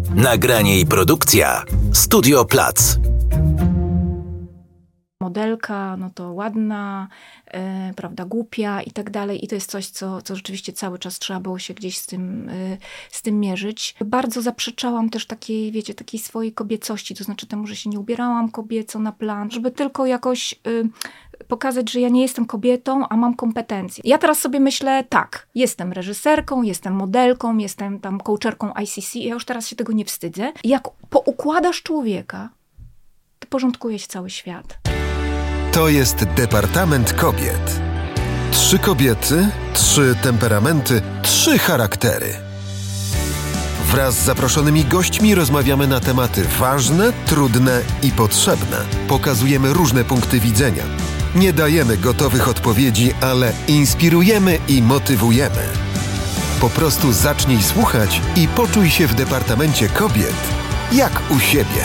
Nagranie i produkcja Studio Plac. Modelka, no to ładna, prawda, głupia i tak dalej. I to jest coś, co rzeczywiście cały czas trzeba było się gdzieś z tym mierzyć. Bardzo zaprzeczałam też takiej, wiecie, takiej swojej kobiecości, to znaczy temu, że się nie ubierałam kobieco na plan, żeby tylko jakoś pokazać, że ja nie jestem kobietą, a mam kompetencje. Ja teraz sobie myślę, tak, jestem reżyserką, jestem modelką, jestem tam coacherką ICC, ja już teraz się tego nie wstydzę. Jak poukładasz człowieka, to porządkuje się cały świat. To jest Departament Kobiet. 3 kobiety, 3 temperamenty, 3 charaktery. Wraz z zaproszonymi gośćmi rozmawiamy na tematy ważne, trudne i potrzebne. Pokazujemy różne punkty widzenia. Nie dajemy gotowych odpowiedzi, ale inspirujemy i motywujemy. Po prostu zacznij słuchać i poczuj się w Departamencie Kobiet jak u siebie.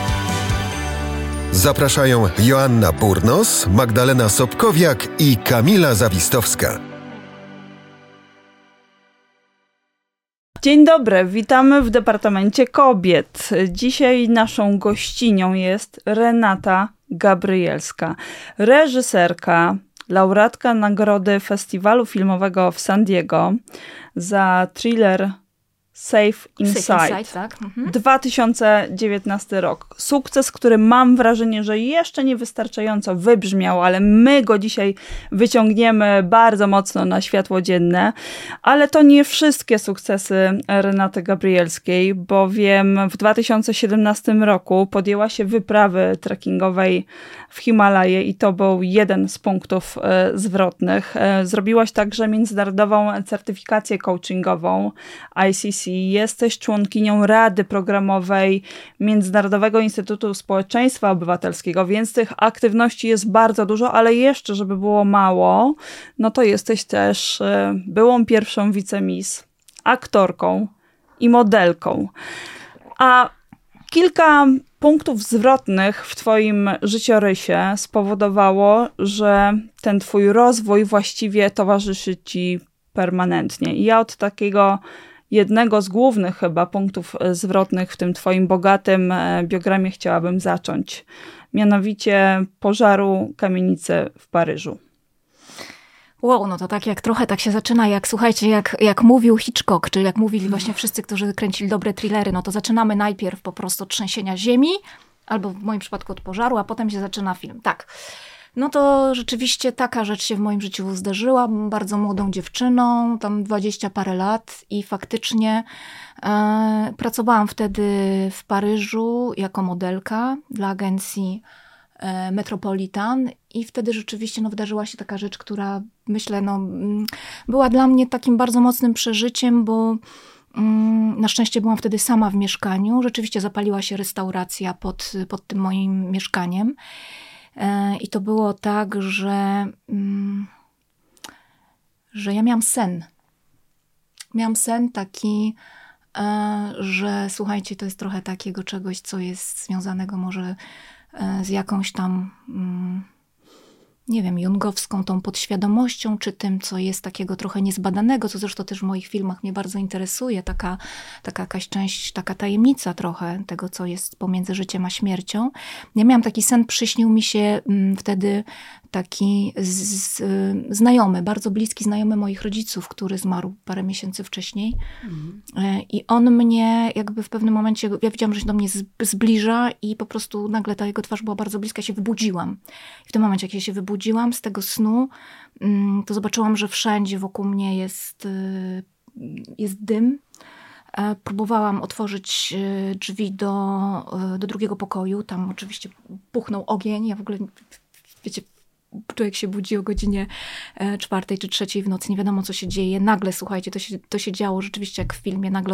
Zapraszają Joanna Burnos, Magdalena Sobkowiak i Kamila Zawistowska. Dzień dobry, witamy w Departamencie Kobiet. Dzisiaj naszą gościnią jest Renata Gabrielska, reżyserka, laureatka Nagrody Festiwalu Filmowego w San Diego za thriller Safe Inside. Tak. 2019 rok. Sukces, który mam wrażenie, że jeszcze niewystarczająco wybrzmiał, ale my go dzisiaj wyciągniemy bardzo mocno na światło dzienne. Ale to nie wszystkie sukcesy Renaty Gabrielskiej, bowiem w 2017 roku podjęła się wyprawy trekkingowej w Himalaje i to był jeden z punktów zwrotnych. Zrobiłaś także międzynarodową certyfikację coachingową ICC. Jesteś członkinią Rady Programowej Międzynarodowego Instytutu Społeczeństwa Obywatelskiego, więc tych aktywności jest bardzo dużo, ale jeszcze, żeby było mało, no to jesteś też byłą pierwszą wicemiss, aktorką i modelką. A kilka punktów zwrotnych w twoim życiorysie spowodowało, że ten twój rozwój właściwie towarzyszy ci permanentnie. I ja od takiego jednego z głównych chyba punktów zwrotnych w tym twoim bogatym biogramie chciałabym zacząć. Mianowicie pożaru kamienicy w Paryżu. Wow, no to tak jak trochę tak się zaczyna, słuchajcie, jak mówił Hitchcock, czy jak mówili właśnie wszyscy, którzy kręcili dobre thrillery, no to zaczynamy najpierw po prostu od trzęsienia ziemi, albo w moim przypadku od pożaru, a potem się zaczyna film. Tak. No to rzeczywiście taka rzecz się w moim życiu zdarzyła. Byłam bardzo młodą dziewczyną, tam 20 parę lat i faktycznie pracowałam wtedy w Paryżu jako modelka dla agencji Metropolitan i wtedy rzeczywiście wydarzyła się taka rzecz, która myślę była dla mnie takim bardzo mocnym przeżyciem, bo na szczęście byłam wtedy sama w mieszkaniu. Rzeczywiście zapaliła się restauracja pod tym moim mieszkaniem. I to było tak, że ja miałam sen. Miałam sen taki, że słuchajcie, to jest trochę takiego czegoś, co jest związanego może z jakąś tam, nie wiem, jungowską tą podświadomością, czy tym, co jest takiego trochę niezbadanego, co zresztą też w moich filmach mnie bardzo interesuje, taka jakaś część, taka tajemnica trochę tego, co jest pomiędzy życiem a śmiercią. Ja miałam taki sen, przyśnił mi się wtedy taki znajomy, bardzo bliski znajomy moich rodziców, który zmarł parę miesięcy wcześniej. I on mnie jakby w pewnym momencie, ja widziałam, że się do mnie zbliża i po prostu nagle ta jego twarz była bardzo bliska, się wybudziłam. I w tym momencie, jak ja się wybudziłam z tego snu, to zobaczyłam, że wszędzie wokół mnie jest dym. Próbowałam otworzyć drzwi do drugiego pokoju. Tam oczywiście puchnął ogień. Ja w ogóle, wiecie, człowiek się budzi o godzinie 4 czy 3 w nocy, nie wiadomo co się dzieje. Nagle, słuchajcie, to się działo rzeczywiście jak w filmie. Nagle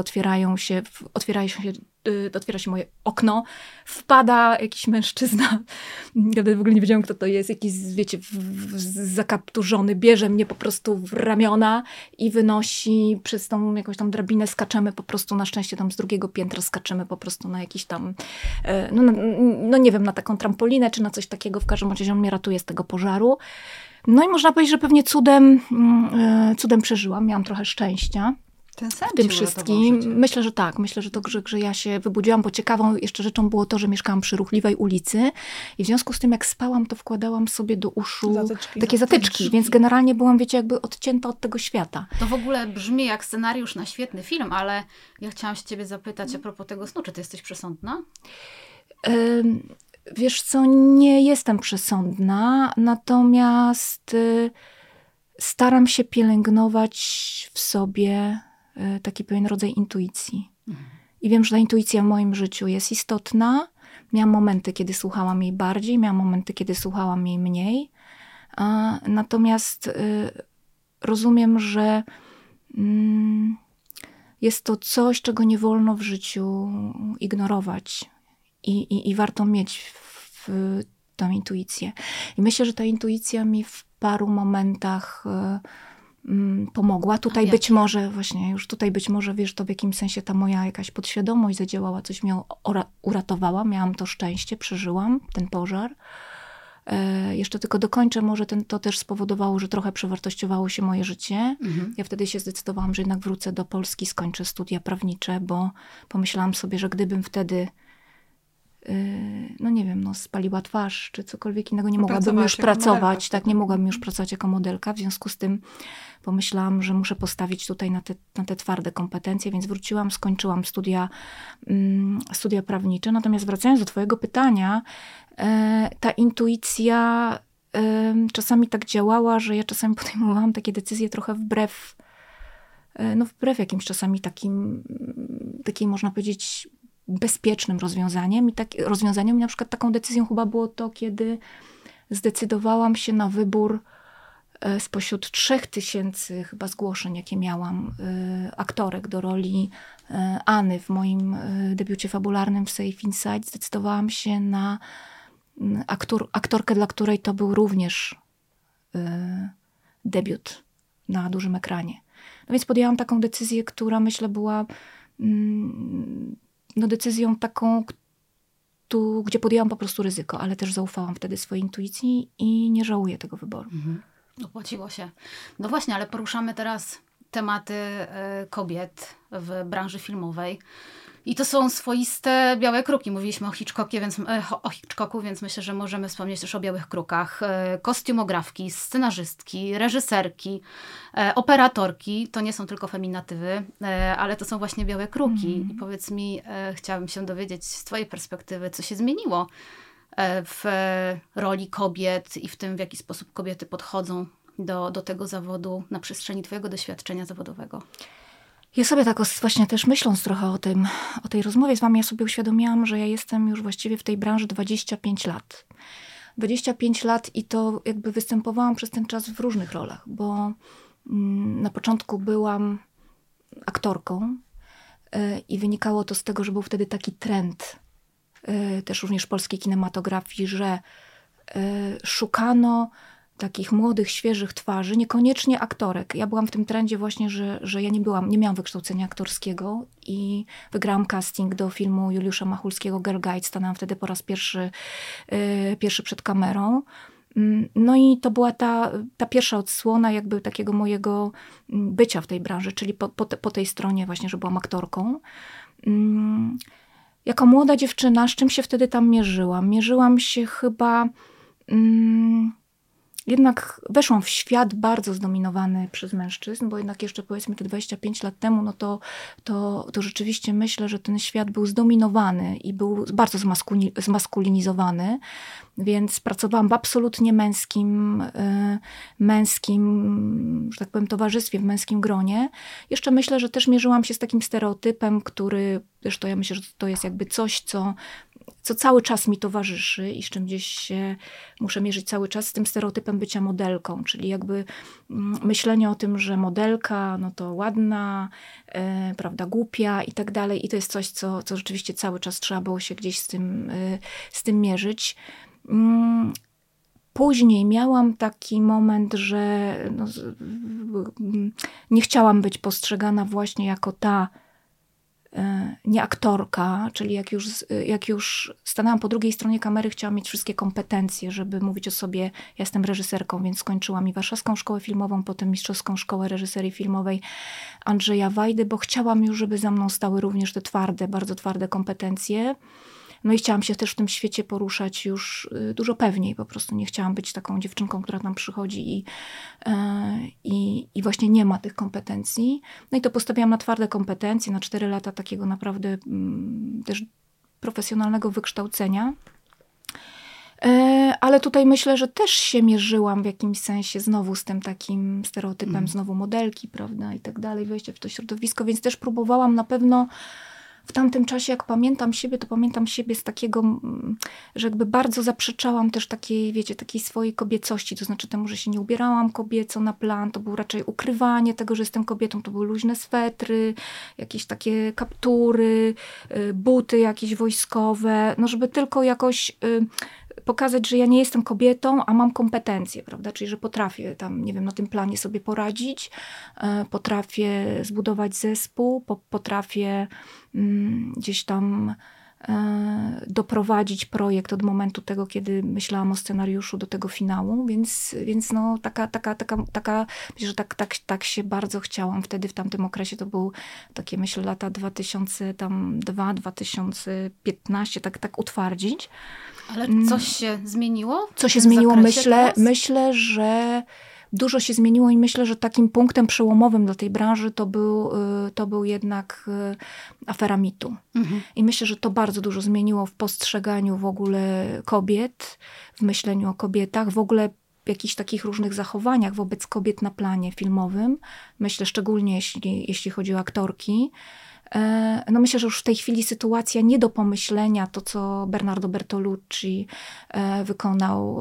otwiera się moje okno, wpada jakiś mężczyzna, ja w ogóle nie wiedziałam, kto to jest, jakiś, wiecie, zakapturzony, bierze mnie po prostu w ramiona i wynosi przez tą jakąś tam drabinę, skaczemy po prostu, na szczęście tam z 2. piętra skaczemy po prostu na jakiś tam, no nie wiem, na taką trampolinę, czy na coś takiego, w każdym razie on mnie ratuje z tego pożaru. No i można powiedzieć, że pewnie cudem przeżyłam, miałam trochę szczęścia. Ten sen w tym ci wszystkim. życie. Myślę, że tak. Myślę, że to, że ja się wybudziłam, bo ciekawą jeszcze rzeczą było to, że mieszkałam przy ruchliwej ulicy i w związku z tym, jak spałam, to wkładałam sobie do uszu takie zatyczki, więc generalnie byłam, wiecie, jakby odcięta od tego świata. To w ogóle brzmi jak scenariusz na świetny film, ale ja chciałam się ciebie zapytać a propos tego snu, czy ty jesteś przesądna? Wiesz co, nie jestem przesądna, natomiast staram się pielęgnować w sobie taki pewien rodzaj intuicji. I wiem, że ta intuicja w moim życiu jest istotna. Miałam momenty, kiedy słuchałam jej bardziej, miałam momenty, kiedy słuchałam jej mniej. Natomiast rozumiem, że jest to coś, czego nie wolno w życiu ignorować. I warto mieć tą intuicję. I myślę, że ta intuicja mi w paru momentach pomogła. Tutaj być może, właśnie już tutaj być może, wiesz, to w jakimś sensie ta moja jakaś podświadomość zadziałała, coś mnie uratowała. Miałam to szczęście, przeżyłam ten pożar. Jeszcze tylko dokończę, może to też spowodowało, że trochę przewartościowało się moje życie. Ja wtedy się zdecydowałam, że jednak wrócę do Polski, skończę studia prawnicze, bo pomyślałam sobie, że gdybym wtedy no nie wiem, spaliła twarz, czy cokolwiek innego, nie mogłabym już pracować, tak, nie mogłabym już pracować jako modelka, w związku z tym pomyślałam, że muszę postawić tutaj na te twarde kompetencje, więc wróciłam, skończyłam studia prawnicze, natomiast wracając do twojego pytania, ta intuicja czasami tak działała, że ja czasami podejmowałam takie decyzje trochę wbrew jakimś czasami takiej można powiedzieć bezpiecznym rozwiązaniem. I na przykład taką decyzją chyba było to, kiedy zdecydowałam się na wybór spośród 3000 chyba zgłoszeń, jakie miałam, aktorek do roli Anny w moim debiucie fabularnym w Safe Inside. Zdecydowałam się na aktorkę, dla której to był również debiut na dużym ekranie. No więc podjęłam taką decyzję, która myślę była decyzją taką, gdzie podjęłam po prostu ryzyko, ale też zaufałam wtedy swojej intuicji i nie żałuję tego wyboru. Opłaciło się. No właśnie, ale poruszamy teraz tematy kobiet w branży filmowej. I to są swoiste białe kruki. Mówiliśmy o Hitchcocku, więc myślę, że możemy wspomnieć też o białych krukach. Kostiumografki, scenarzystki, reżyserki, operatorki. To nie są tylko feminatywy, ale to są właśnie białe kruki. I powiedz mi, chciałabym się dowiedzieć z twojej perspektywy, co się zmieniło w roli kobiet i w tym, w jaki sposób kobiety podchodzą do tego zawodu na przestrzeni twojego doświadczenia zawodowego. Ja sobie tak właśnie też myśląc trochę o tej rozmowie z wami, ja sobie uświadomiłam, że ja jestem już właściwie w tej branży 25 lat. 25 lat i to jakby występowałam przez ten czas w różnych rolach, bo na początku byłam aktorką i wynikało to z tego, że był wtedy taki trend też również polskiej kinematografii, że szukano takich młodych, świeżych twarzy, niekoniecznie aktorek. Ja byłam w tym trendzie właśnie, że ja nie miałam wykształcenia aktorskiego i wygrałam casting do filmu Juliusza Machulskiego Girl Guide. Stanęłam wtedy po raz pierwszy przed kamerą. No i to była ta pierwsza odsłona jakby takiego mojego bycia w tej branży, czyli po tej stronie właśnie, że byłam aktorką. Jako młoda dziewczyna, z czym się wtedy tam mierzyłam? Mierzyłam się chyba... Jednak weszłam w świat bardzo zdominowany przez mężczyzn, bo jednak jeszcze powiedzmy te 25 lat temu, no to rzeczywiście myślę, że ten świat był zdominowany i był bardzo zmaskulinizowany, więc pracowałam w absolutnie męskim, że tak powiem, towarzystwie, w męskim gronie. Jeszcze myślę, że też mierzyłam się z takim stereotypem, który, zresztą ja myślę, że to jest jakby coś, co cały czas mi towarzyszy i z czym gdzieś się muszę mierzyć cały czas, z tym stereotypem bycia modelką, czyli jakby myślenie o tym, że modelka, no to ładna, prawda, głupia i tak dalej. I to jest coś, co rzeczywiście cały czas trzeba było się gdzieś z tym mierzyć. Później miałam taki moment, że nie chciałam być postrzegana właśnie jako ta nie aktorka, czyli jak już stanęłam po drugiej stronie kamery, chciałam mieć wszystkie kompetencje, żeby mówić o sobie. Ja jestem reżyserką, więc skończyłam i Warszawską Szkołę Filmową, potem Mistrzowską Szkołę Reżyserii Filmowej Andrzeja Wajdy, bo chciałam już, żeby za mną stały również te twarde, bardzo twarde kompetencje. No i chciałam się też w tym świecie poruszać już dużo pewniej. Po prostu nie chciałam być taką dziewczynką, która tam przychodzi i właśnie nie ma tych kompetencji. No i to postawiłam na twarde kompetencje, na 4 lata takiego naprawdę też profesjonalnego wykształcenia. Ale tutaj myślę, że też się mierzyłam w jakimś sensie znowu z tym takim stereotypem, znowu modelki, prawda, i tak dalej, wejście w to środowisko, więc też próbowałam na pewno w tamtym czasie, jak pamiętam siebie, to pamiętam siebie z takiego, że jakby bardzo zaprzeczałam też takiej, wiecie, takiej swojej kobiecości, to znaczy temu, że się nie ubierałam kobieco na plan, to było raczej ukrywanie tego, że jestem kobietą, to były luźne swetry, jakieś takie kaptury, buty jakieś wojskowe, no żeby tylko jakoś pokazać, że ja nie jestem kobietą, a mam kompetencje, prawda? Czyli, że potrafię tam, nie wiem, na tym planie sobie poradzić, potrafię zbudować zespół, potrafię gdzieś tam doprowadzić projekt od momentu tego, kiedy myślałam o scenariuszu do tego finału, więc no taka myślę, że tak się bardzo chciałam wtedy w tamtym okresie, to był takie, myślę, lata 2002-2015, tak utwardzić. Ale coś się zmieniło? Co się zmieniło? Myślę, że dużo się zmieniło i myślę, że takim punktem przełomowym dla tej branży to był jednak afera MeToo. I myślę, że to bardzo dużo zmieniło w postrzeganiu w ogóle kobiet, w myśleniu o kobietach, w ogóle w jakichś takich różnych zachowaniach wobec kobiet na planie filmowym. Myślę szczególnie, jeśli chodzi o aktorki. No myślę, że już w tej chwili sytuacja nie do pomyślenia, to co Bernardo Bertolucci wykonał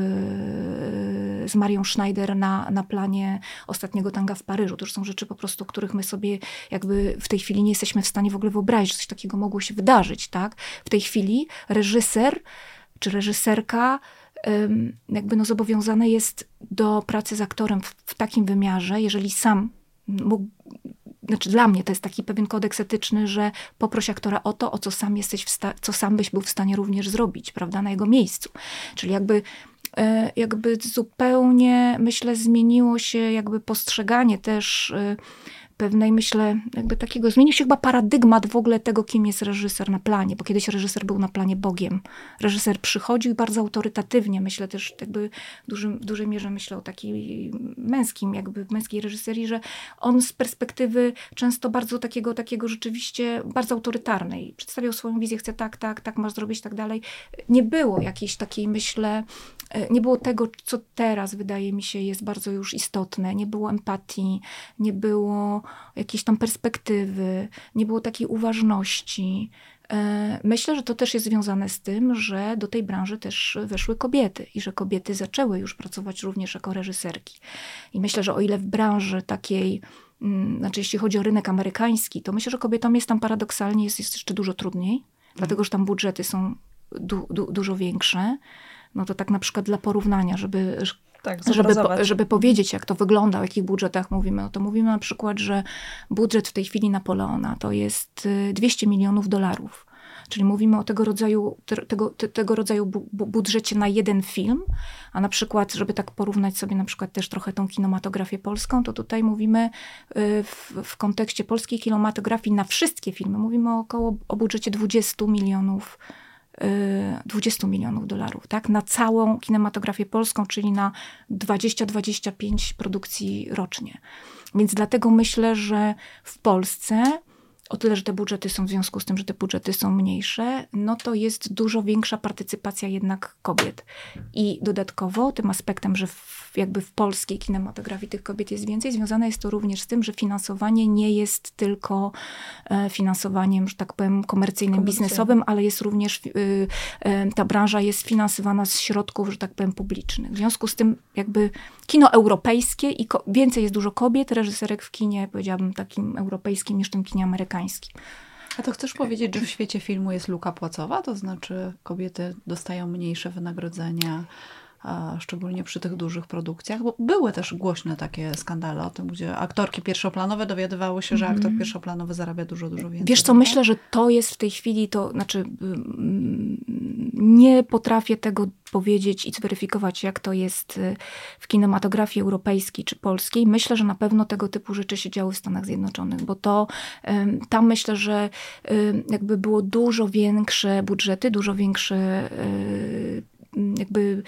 z Marią Schneider na planie Ostatniego tanga w Paryżu. To już są rzeczy po prostu, których my sobie jakby w tej chwili nie jesteśmy w stanie w ogóle wyobrazić, że coś takiego mogło się wydarzyć, tak? W tej chwili reżyser czy reżyserka jakby no zobowiązany jest do pracy z aktorem w takim wymiarze, jeżeli sam mógł. Znaczy dla mnie to jest taki pewien kodeks etyczny, że poproś aktora o to, o co sam co sam byś był w stanie również zrobić, prawda, na jego miejscu. Czyli jakby zupełnie, myślę, zmieniło się jakby postrzeganie też pewnej, myślę, jakby takiego, zmienił się chyba paradygmat w ogóle tego, kim jest reżyser na planie, bo kiedyś reżyser był na planie Bogiem. Reżyser przychodził i bardzo autorytatywnie, myślę też jakby w dużej mierze myślę o takiej męskiej reżyserii, że on z perspektywy często bardzo takiego rzeczywiście bardzo autorytarnej przedstawiał swoją wizję, chce tak masz zrobić, tak dalej. Nie było jakiejś takiej, myślę, nie było tego, co teraz wydaje mi się jest bardzo już istotne. Nie było empatii, nie było jakiejś tam perspektywy, nie było takiej uważności. Myślę, że to też jest związane z tym, że do tej branży też weszły kobiety i że kobiety zaczęły już pracować również jako reżyserki. I myślę, że o ile w branży takiej, znaczy jeśli chodzi o rynek amerykański, to myślę, że kobietom jest tam paradoksalnie jest jeszcze dużo trudniej, dlatego że tam budżety są dużo większe. No to tak na przykład dla porównania, żeby powiedzieć, jak to wygląda, o jakich budżetach mówimy, no to mówimy na przykład, że budżet w tej chwili Napoleona to jest $200 milionów. Czyli mówimy o tego rodzaju budżecie na jeden film, a na przykład, żeby tak porównać sobie na przykład też trochę tą kinematografię polską, to tutaj mówimy w kontekście polskiej kinematografii na wszystkie filmy, mówimy o budżecie $20 milionów, tak? Na całą kinematografię polską, czyli na 20-25 produkcji rocznie. Więc dlatego myślę, że w Polsce, o tyle, że te budżety są w związku z tym, że te budżety są mniejsze, no to jest dużo większa partycypacja jednak kobiet. I dodatkowo tym aspektem, że jakby w polskiej kinematografii tych kobiet jest więcej, związane jest to również z tym, że finansowanie nie jest tylko finansowaniem, że tak powiem, komercyjnym, biznesowym, ale jest również, ta branża jest finansowana z środków, że tak powiem, publicznych. W związku z tym jakby kino europejskie i więcej jest dużo kobiet, reżyserek w kinie, powiedziałabym, takim europejskim niż w tym kinie amerykańskim. A to chcesz powiedzieć, że w świecie filmu jest luka płacowa? To znaczy kobiety dostają mniejsze wynagrodzenia, szczególnie przy tych dużych produkcjach, bo były też głośne takie skandale o tym, gdzie aktorki pierwszoplanowe dowiadywały się, że aktor pierwszoplanowy zarabia dużo więcej. Wiesz co, myślę, że to jest w tej chwili, to znaczy nie potrafię tego powiedzieć i zweryfikować, jak to jest w kinematografii europejskiej czy polskiej. Myślę, że na pewno tego typu rzeczy się działy w Stanach Zjednoczonych, bo to tam myślę, że jakby było dużo większe budżety, dużo większe jakby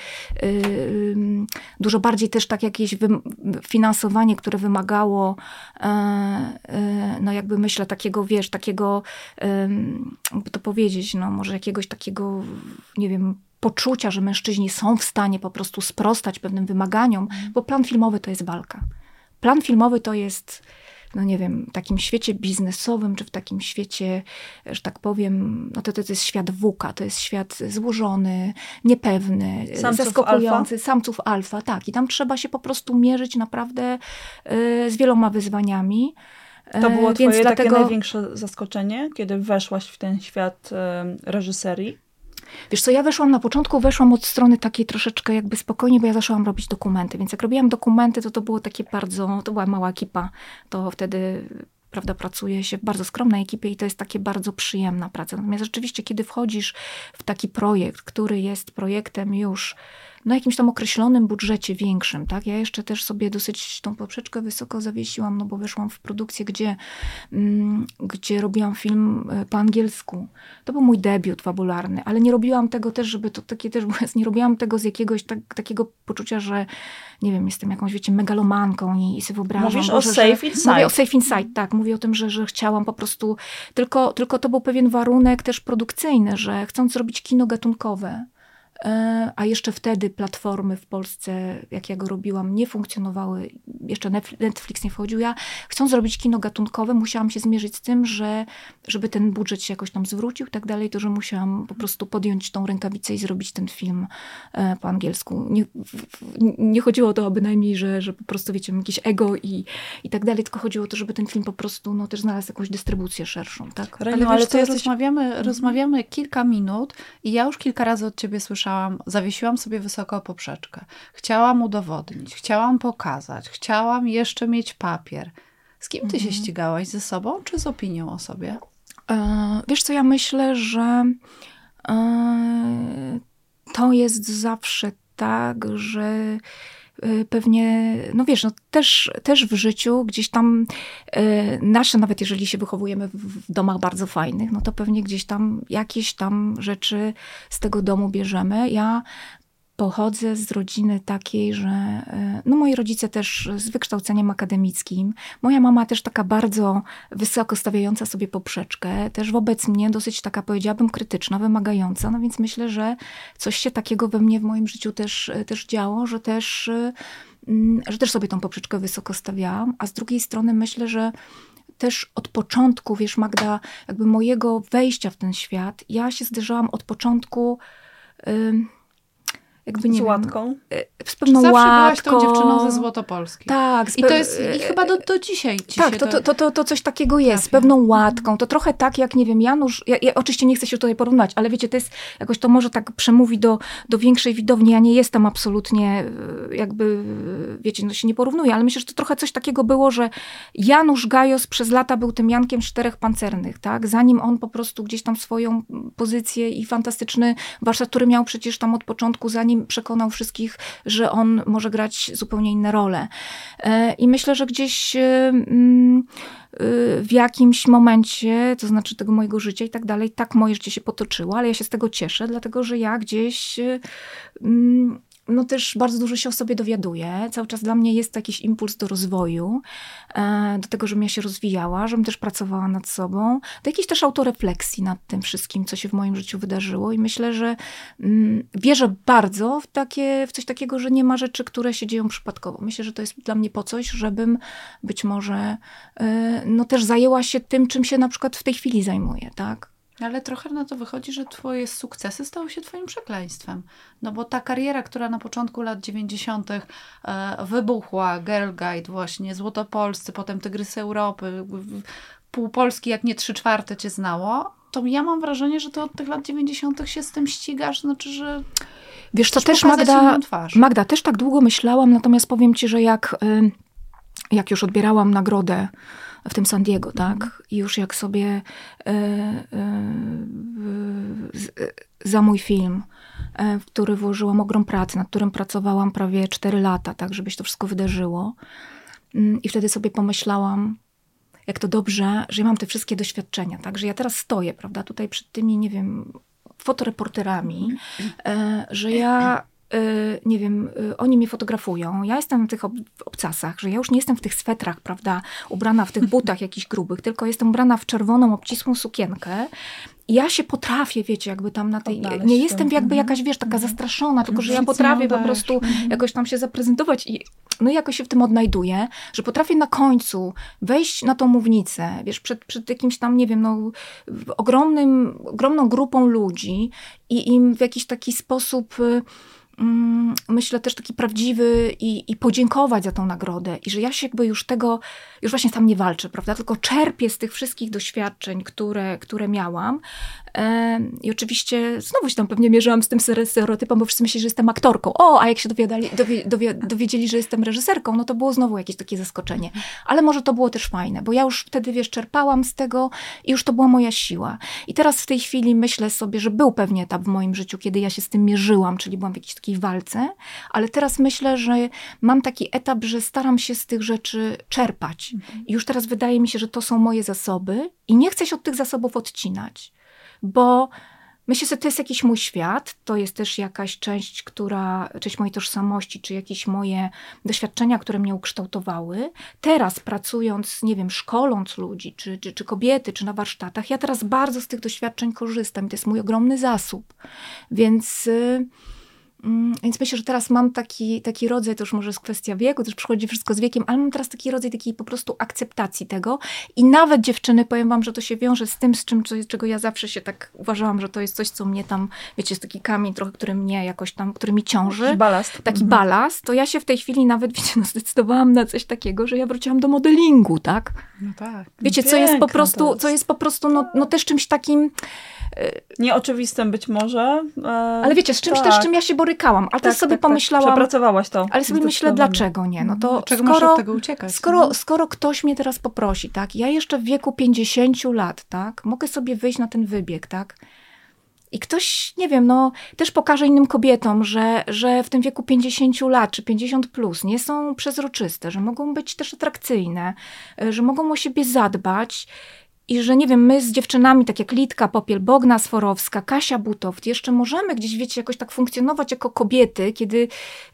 dużo bardziej też tak jakieś finansowanie, które wymagało no jakby myślę takiego, wiesz, takiego jakby to powiedzieć, no może jakiegoś takiego, nie wiem, poczucia, że mężczyźni są w stanie po prostu sprostać pewnym wymaganiom, bo plan filmowy to jest walka. Plan filmowy to jest, no nie wiem, w takim świecie biznesowym, czy w takim świecie, że tak powiem, no to jest świat VUCA, to jest świat złożony, niepewny, zaskakujący, samców alfa, tak. I tam trzeba się po prostu mierzyć naprawdę z wieloma wyzwaniami. To było twoje takie największe zaskoczenie, kiedy weszłaś w ten świat reżyserii? Wiesz co, ja na początku weszłam od strony takiej troszeczkę jakby spokojnie, bo ja zaczęłam robić dokumenty, więc jak robiłam dokumenty, to było takie bardzo, to była mała ekipa, to wtedy, prawda, pracuje się w bardzo skromnej ekipie i to jest takie bardzo przyjemna praca. Natomiast rzeczywiście, kiedy wchodzisz w taki projekt, który jest projektem już na jakimś tam określonym budżecie większym, tak? Ja jeszcze też sobie dosyć tą poprzeczkę wysoko zawiesiłam, no bo weszłam w produkcję, gdzie robiłam film po angielsku. To był mój debiut fabularny, ale nie robiłam tego też, żeby to takie też było, nie robiłam tego z jakiegoś takiego poczucia, że nie wiem, jestem jakąś, wiecie, megalomanką i sobie wyobrażam. Mówisz o Safe Inside. Mówię o Safe Inside, tak. Mówię o tym, że chciałam po prostu, tylko to był pewien warunek też produkcyjny, że chcąc zrobić kino gatunkowe, a jeszcze wtedy platformy w Polsce, jak ja go robiłam, nie funkcjonowały. Jeszcze Netflix nie wchodził. Ja, chcąc zrobić kino gatunkowe, musiałam się zmierzyć z tym, że żeby ten budżet się jakoś tam zwrócił i tak dalej, to że musiałam po prostu podjąć tą rękawicę i zrobić ten film po angielsku. Nie chodziło o to bynajmniej, że po prostu, wiecie, jakieś ego i tak dalej, tylko chodziło o to, żeby ten film po prostu no, też znalazł jakąś dystrybucję szerszą. Tak? Ale to rozmawiamy kilka minut i ja już kilka razy od ciebie słyszałam, zawiesiłam sobie wysoko poprzeczkę. Chciałam udowodnić, chciałam pokazać, chciałam jeszcze mieć papier. Z kim ty się ścigałaś? Ze sobą czy z opinią o sobie? Wiesz co, ja myślę, że to jest zawsze tak, że pewnie, no wiesz, no też w życiu gdzieś tam nasze, nawet jeżeli się wychowujemy w domach bardzo fajnych, no to pewnie gdzieś tam jakieś tam rzeczy z tego domu bierzemy. Ja pochodzę z rodziny takiej, że no moi rodzice też z wykształceniem akademickim. Moja mama też taka bardzo wysoko stawiająca sobie poprzeczkę. Też wobec mnie dosyć taka, powiedziałabym, krytyczna, wymagająca. No więc myślę, że coś się takiego we mnie w moim życiu też działo, że też sobie tą poprzeczkę wysoko stawiałam. A z drugiej strony myślę, że też od początku, wiesz Magda, jakby mojego wejścia w ten świat, ja się zderzałam od początku jakby nie z łatką? Z pewną zawsze łatką. byłaś tą dziewczyną ze Złotopolski. Tak. I to jest i chyba do dzisiaj. Tak, to coś takiego jest. Z pewną łatką. To trochę tak jak, nie wiem, Janusz, ja oczywiście nie chcę się tutaj porównać, ale wiecie, to jest jakoś, to może tak przemówi do większej widowni. Ja nie jestem absolutnie jakby, wiecie, no się nie porównuję, ale myślę, że to trochę coś takiego było, że Janusz Gajos przez lata był tym Jankiem z Czterech Pancernych, tak? Zanim on po prostu gdzieś tam swoją pozycję i fantastyczny warsztat, który miał przecież tam od początku, zanim przekonał wszystkich, że on może grać zupełnie inne role. I myślę, że gdzieś w jakimś momencie, to znaczy tego mojego życia i tak dalej, tak moje życie się potoczyło, ale ja się z tego cieszę, dlatego że ja gdzieś no też bardzo dużo się o sobie dowiaduję. Cały czas dla mnie jest to jakiś impuls do rozwoju, do tego, żebym ja się rozwijała, żebym też pracowała nad sobą, do jakiejś też autorefleksji nad tym wszystkim, co się w moim życiu wydarzyło i myślę, że wierzę bardzo w coś takiego, że nie ma rzeczy, które się dzieją przypadkowo. Myślę, że to jest dla mnie po coś, żebym być może no też zajęła się tym, czym się na przykład w tej chwili zajmuję, tak? Ale trochę na to wychodzi, że twoje sukcesy stały się twoim przekleństwem. No bo ta kariera, która na początku lat 90. wybuchła, Girl Guide właśnie, Złotopolscy, potem Tygrysy Europy, pół Polski, jak nie 3/4 cię znało, to ja mam wrażenie, że ty od tych lat 90. się z tym ścigasz, znaczy, że Wiesz, to też pokazać inną twarz. Magda, też tak długo myślałam, natomiast powiem ci, że jak już odbierałam nagrodę w tym San Diego, tak? I już jak sobie za mój film, w który włożyłam ogrom pracy, nad którym pracowałam prawie 4 lata, tak, żeby się to wszystko wydarzyło. I wtedy sobie pomyślałam, jak to dobrze, że ja mam te wszystkie doświadczenia, tak? Że ja teraz stoję, prawda, tutaj przed tymi, nie wiem, fotoreporterami, że ja nie wiem, oni mnie fotografują, ja jestem w tych obcasach, że ja już nie jestem w tych swetrach, prawda, ubrana w tych butach jakichś grubych, tylko jestem ubrana w czerwoną, obcisłą sukienkę. I ja się potrafię, wiecie, jakby tam na tej... Nie jestem jakby jakaś, wiesz, taka zastraszona, tylko że ja potrafię po prostu jakoś tam się zaprezentować i no jakoś się w tym odnajduję, że potrafię na końcu wejść na tą mównicę, wiesz, przed jakimś tam, nie wiem, no ogromną grupą ludzi i im w jakiś taki sposób... myślę też taki prawdziwy i podziękować za tą nagrodę i że ja się jakby już właśnie tam nie walczę, prawda, tylko czerpię z tych wszystkich doświadczeń, które miałam i oczywiście znowu się tam pewnie mierzyłam z tym stereotypem, bo wszyscy myśleli, że jestem aktorką. A jak się dowiedzieli, że jestem reżyserką, no to było znowu jakieś takie zaskoczenie. Ale może to było też fajne, bo ja już wtedy, wiesz, czerpałam z tego i już to była moja siła. I teraz w tej chwili myślę sobie, że był pewnie etap w moim życiu, kiedy ja się z tym mierzyłam, czyli byłam w jakiejś takiej walce, ale teraz myślę, że mam taki etap, że staram się z tych rzeczy czerpać. I już teraz wydaje mi się, że to są moje zasoby i nie chcę się od tych zasobów odcinać, bo myślę, że to jest jakiś mój świat, to jest też jakaś część mojej tożsamości, czy jakieś moje doświadczenia, które mnie ukształtowały. Teraz pracując, nie wiem, szkoląc ludzi, czy kobiety, czy na warsztatach, ja teraz bardzo z tych doświadczeń korzystam i to jest mój ogromny zasób. Więc myślę, że teraz mam taki rodzaj, to już może jest kwestia wieku, to już przychodzi wszystko z wiekiem, ale mam teraz taki rodzaj takiej po prostu akceptacji tego i nawet dziewczyny, powiem wam, że to się wiąże z tym, czego ja zawsze się tak uważałam, że to jest coś, co mnie tam, wiecie, jest taki kamień trochę, który mnie jakoś tam, który mi ciąży. Balast. Taki balast, to ja się w tej chwili nawet, wiecie, no zdecydowałam na coś takiego, że ja wróciłam do modelingu, tak? No tak. Wiecie, co jest po prostu, no też czymś takim... Nieoczywistym być może. Ale wiecie, z czymś też, z czym ja się borykałam. Ale też sobie pomyślałam... Przepracowałaś to. Ale sobie myślę, dlaczego nie? No to dlaczego masz od tego uciekać? Skoro ktoś mnie teraz poprosi, tak? Ja jeszcze w wieku 50 lat, tak? Mogę sobie wyjść na ten wybieg, tak? I ktoś, nie wiem, no też pokaże innym kobietom, że w tym wieku 50 lat czy 50 plus nie są przezroczyste, że mogą być też atrakcyjne, że mogą o siebie zadbać. I że, nie wiem, my z dziewczynami, tak jak Litka Popiel, Bogna Sforowska, Kasia Butow, jeszcze możemy gdzieś, wiecie, jakoś tak funkcjonować jako kobiety, kiedy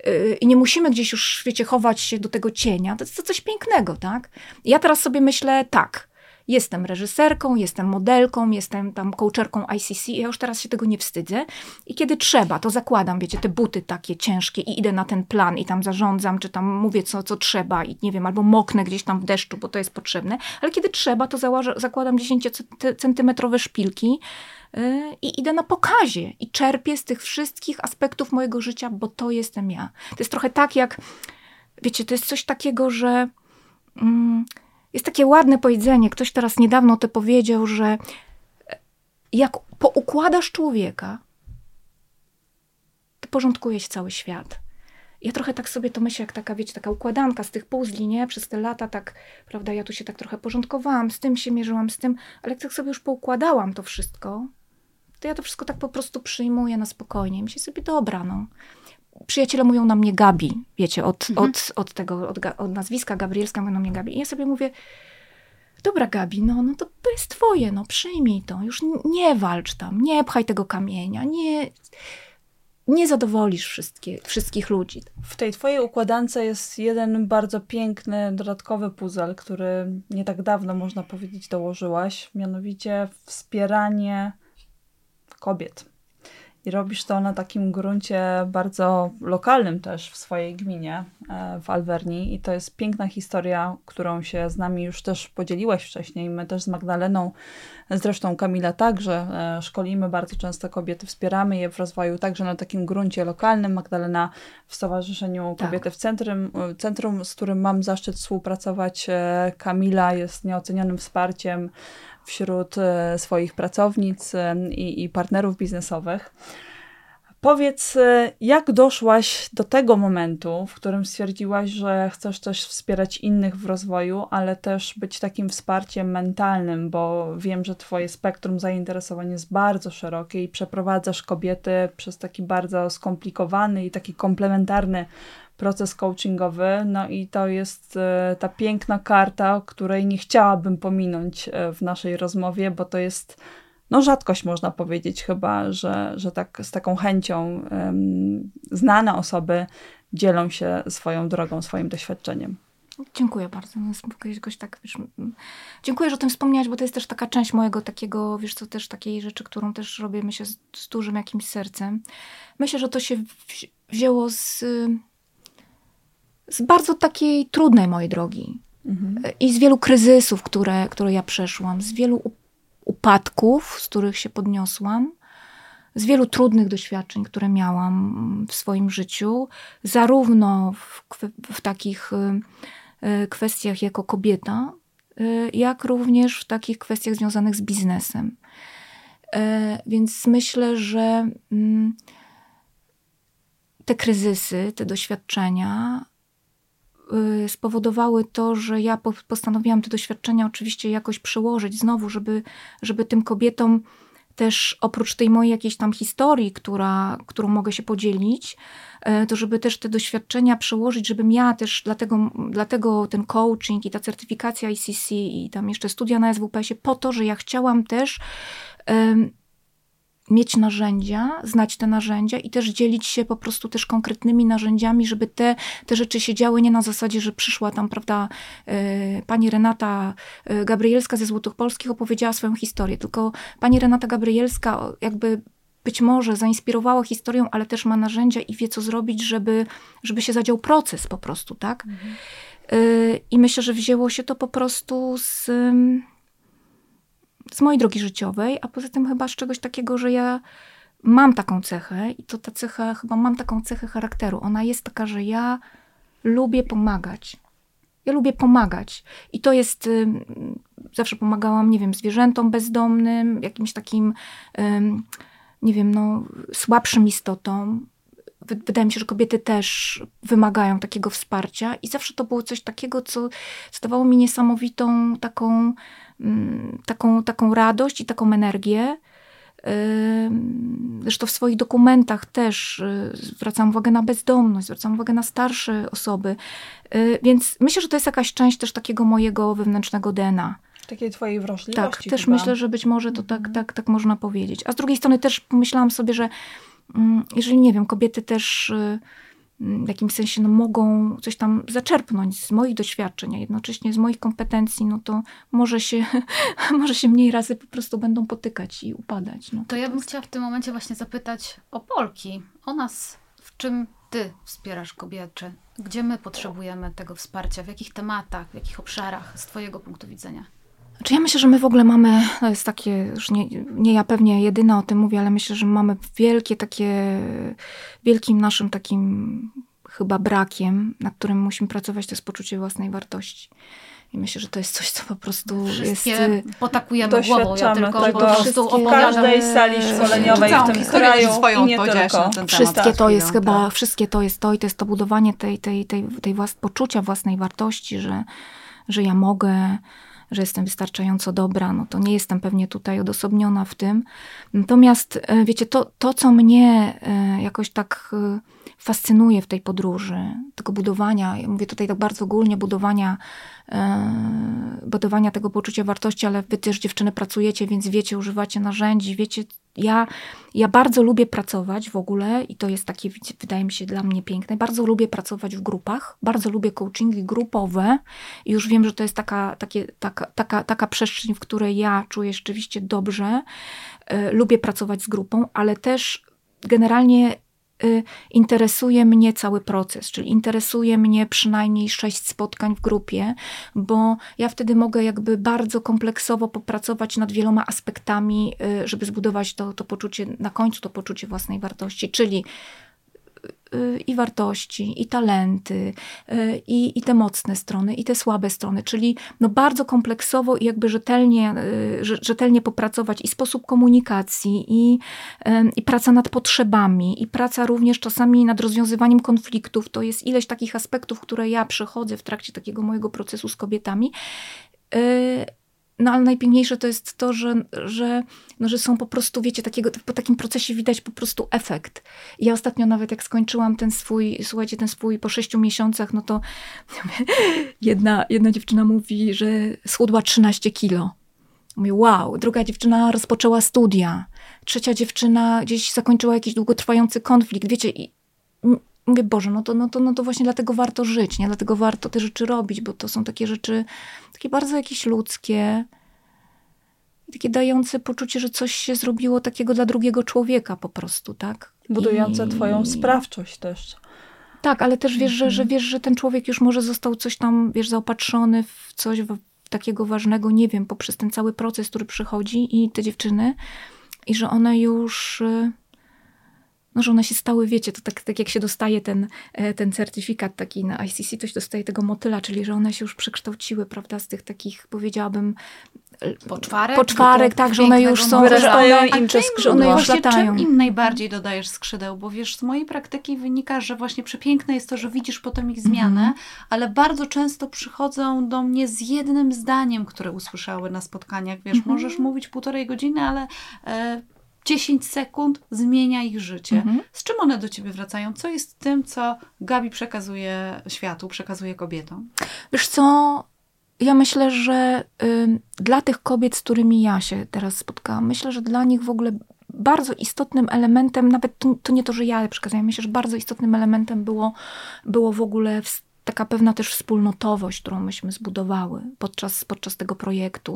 i nie musimy gdzieś już, wiecie, chować się do tego cienia. To jest to coś pięknego, tak? I ja teraz sobie myślę, tak, jestem reżyserką, jestem modelką, jestem tam coacherką ICC i ja już teraz się tego nie wstydzę. I kiedy trzeba, to zakładam, wiecie, te buty takie ciężkie i idę na ten plan i tam zarządzam, czy tam mówię, co trzeba i nie wiem, albo moknę gdzieś tam w deszczu, bo to jest potrzebne. Ale kiedy trzeba, to zakładam 10-centymetrowe szpilki i idę na pokazie i czerpię z tych wszystkich aspektów mojego życia, bo to jestem ja. To jest trochę tak jak, wiecie, to jest coś takiego, że... Jest takie ładne powiedzenie, ktoś teraz niedawno to powiedział, że jak poukładasz człowieka, to porządkuje się cały świat. Ja trochę tak sobie to myślę, jak taka, wiecie, taka układanka z tych puzli, nie? Przez te lata tak, prawda, ja tu się tak trochę porządkowałam, z tym się mierzyłam, z tym, ale jak tak sobie już poukładałam to wszystko, to ja to wszystko tak po prostu przyjmuję na spokojnie. Myślę sobie, dobra, no. Przyjaciele mówią na mnie Gabi, wiecie, od nazwiska Gabrielska mówią na mnie Gabi. I ja sobie mówię, dobra Gabi, no to jest twoje, no przyjmij to, już nie walcz tam, nie pchaj tego kamienia, nie zadowolisz wszystkich ludzi. W tej twojej układance jest jeden bardzo piękny, dodatkowy puzzle, który nie tak dawno, można powiedzieć, dołożyłaś, mianowicie wspieranie kobiet. I robisz to na takim gruncie bardzo lokalnym też w swojej gminie, w Alverni. I to jest piękna historia, którą się z nami już też podzieliłaś wcześniej. My też z Magdaleną, zresztą Kamila także, szkolimy bardzo często kobiety, wspieramy je w rozwoju także na takim gruncie lokalnym. Magdalena w Stowarzyszeniu Kobiety w Centrum, z którym mam zaszczyt współpracować. Kamila jest nieocenionym wsparciem wśród swoich pracownic i partnerów biznesowych. Powiedz, jak doszłaś do tego momentu, w którym stwierdziłaś, że chcesz też wspierać innych w rozwoju, ale też być takim wsparciem mentalnym, bo wiem, że twoje spektrum zainteresowań jest bardzo szerokie i przeprowadzasz kobiety przez taki bardzo skomplikowany i taki komplementarny proces coachingowy, no i to jest ta piękna karta, której nie chciałabym pominąć w naszej rozmowie, bo to jest rzadkość, można powiedzieć chyba, że tak z taką chęcią znane osoby dzielą się swoją drogą, swoim doświadczeniem. Dziękuję bardzo. Jakoś tak, dziękuję, że o tym wspomniałaś, bo to jest też taka część mojego takiego, też takiej rzeczy, którą też robię, myślę, z dużym jakimś sercem. Myślę, że to się wzięło z bardzo takiej trudnej mojej drogi. I z wielu kryzysów, które ja przeszłam, z wielu upadków, z których się podniosłam, z wielu trudnych doświadczeń, które miałam w swoim życiu, zarówno w takich kwestiach jako kobieta, jak również w takich kwestiach związanych z biznesem. Więc myślę, że te kryzysy, te doświadczenia spowodowały to, że ja postanowiłam te doświadczenia oczywiście jakoś przełożyć znowu, żeby tym kobietom też oprócz tej mojej jakiejś tam historii, którą mogę się podzielić, to żeby też te doświadczenia przełożyć, żebym ja też, dlatego ten coaching i ta certyfikacja ICC i tam jeszcze studia na SWPS-ie, po to, że ja chciałam też mieć narzędzia, znać te narzędzia i też dzielić się po prostu też konkretnymi narzędziami, żeby te rzeczy się działy nie na zasadzie, że przyszła tam, prawda, pani Renata Gabrielska ze Złotych Polskich opowiedziała swoją historię, tylko pani Renata Gabrielska jakby być może zainspirowała historią, ale też ma narzędzia i wie, co zrobić, żeby się zadział proces po prostu, tak? I myślę, że wzięło się to po prostu z mojej drogi życiowej, a poza tym chyba z czegoś takiego, że ja mam taką cechę i to ta cecha, chyba mam taką cechę charakteru. Ona jest taka, że ja lubię pomagać. Ja lubię pomagać. I to jest, zawsze pomagałam, nie wiem, zwierzętom bezdomnym, jakimś takim, nie wiem, słabszym istotom. Wydaje mi się, że kobiety też wymagają takiego wsparcia i zawsze to było coś takiego, co dawało mi niesamowitą taką radość i taką energię. Zresztą w swoich dokumentach też zwracam uwagę na bezdomność, zwracam uwagę na starsze osoby. Więc myślę, że to jest jakaś część też takiego mojego wewnętrznego DNA. Takiej twojej wrażliwości. Tak, też chyba. myślę, że być może to tak można powiedzieć. A z drugiej strony też pomyślałam sobie, że jeżeli, nie wiem, kobiety też w jakimś sensie mogą coś tam zaczerpnąć z moich doświadczeń, a jednocześnie z moich kompetencji, to może się mniej razy po prostu będą potykać i upadać. To ja bym chciała w tym momencie właśnie zapytać o Polki, o nas. W czym ty wspierasz kobiety? Gdzie my potrzebujemy tego wsparcia? W jakich tematach, w jakich obszarach z twojego punktu widzenia? Znaczy ja myślę, że my w ogóle mamy, to jest takie, już nie ja pewnie jedyna o tym mówię, ale myślę, że mamy wielkim naszym takim chyba brakiem, nad którym musimy pracować, to jest poczucie własnej wartości. I myślę, że to jest coś, co po prostu wszystkie potakujemy głową. Ja tylko tego po prostu w każdej sali szkoleniowej w tym kraju i nie tylko. Wszystkie to jest chyba, wszystkie to jest to i to jest to budowanie tej poczucia własnej wartości, że ja mogę, że jestem wystarczająco dobra, to nie jestem pewnie tutaj odosobniona w tym. Natomiast wiecie, to co mnie jakoś tak fascynuje w tej podróży, tego budowania, ja mówię tutaj tak bardzo ogólnie, budowania tego poczucia wartości, ale wy też dziewczyny pracujecie, więc wiecie, używacie narzędzi, wiecie, ja bardzo lubię pracować w ogóle i to jest takie, wydaje mi się, dla mnie piękne. Bardzo lubię pracować w grupach, bardzo lubię coachingi grupowe i już wiem, że to jest taka przestrzeń, w której ja czuję rzeczywiście dobrze. Lubię pracować z grupą, ale też generalnie interesuje mnie cały proces, czyli interesuje mnie przynajmniej 6 spotkań w grupie, bo ja wtedy mogę jakby bardzo kompleksowo popracować nad wieloma aspektami, żeby zbudować to poczucie, na końcu to poczucie własnej wartości, czyli i wartości, i talenty, i te mocne strony, i te słabe strony, czyli no bardzo kompleksowo i jakby rzetelnie popracować i sposób komunikacji, i praca nad potrzebami, i praca również czasami nad rozwiązywaniem konfliktów. To jest ileś takich aspektów, które ja przechodzę w trakcie takiego mojego procesu z kobietami. No ale najpiękniejsze to jest to, że są po prostu, wiecie, po takim procesie widać po prostu efekt. Ja ostatnio nawet jak skończyłam ten swój po 6 miesiącach, no to jedna dziewczyna mówi, że schudła 13 kilo. Mówię, wow. Druga dziewczyna rozpoczęła studia. Trzecia dziewczyna gdzieś zakończyła jakiś długotrwający konflikt. Wiecie, i mówię, Boże, no to właśnie dlatego warto żyć, nie? Dlatego warto te rzeczy robić, bo to są takie rzeczy, takie bardzo jakieś ludzkie i takie dające poczucie, że coś się zrobiło takiego dla drugiego człowieka po prostu, tak? Budujące twoją sprawczość też. Tak, ale też wiesz, że ten człowiek już może został coś tam, wiesz, zaopatrzony w coś takiego ważnego, nie wiem, poprzez ten cały proces, który przychodzi i te dziewczyny i że one już... No, że one się stały, wiecie, to tak jak się dostaje ten certyfikat taki na ICC, to się dostaje tego motyla, czyli że one się już przekształciły, prawda, z tych takich, powiedziałabym, poczwarek, tak, że one już są, że one już latają. Czym im najbardziej dodajesz skrzydeł? Bo wiesz, z mojej praktyki wynika, że właśnie przepiękne jest to, że widzisz potem ich zmianę, ale bardzo często przychodzą do mnie z jednym zdaniem, które usłyszały na spotkaniach. Wiesz, możesz mówić 1,5 godziny, ale 10 sekund zmienia ich życie. Z czym one do ciebie wracają? Co jest tym, co Gabi przekazuje światu, przekazuje kobietom? Wiesz co, ja myślę, że dla tych kobiet, z którymi ja się teraz spotkałam, myślę, że dla nich w ogóle bardzo istotnym elementem, nawet to nie to, że ja przekazuję, myślę, że bardzo istotnym elementem było w ogóle taka pewna też wspólnotowość, którą myśmy zbudowały podczas tego projektu.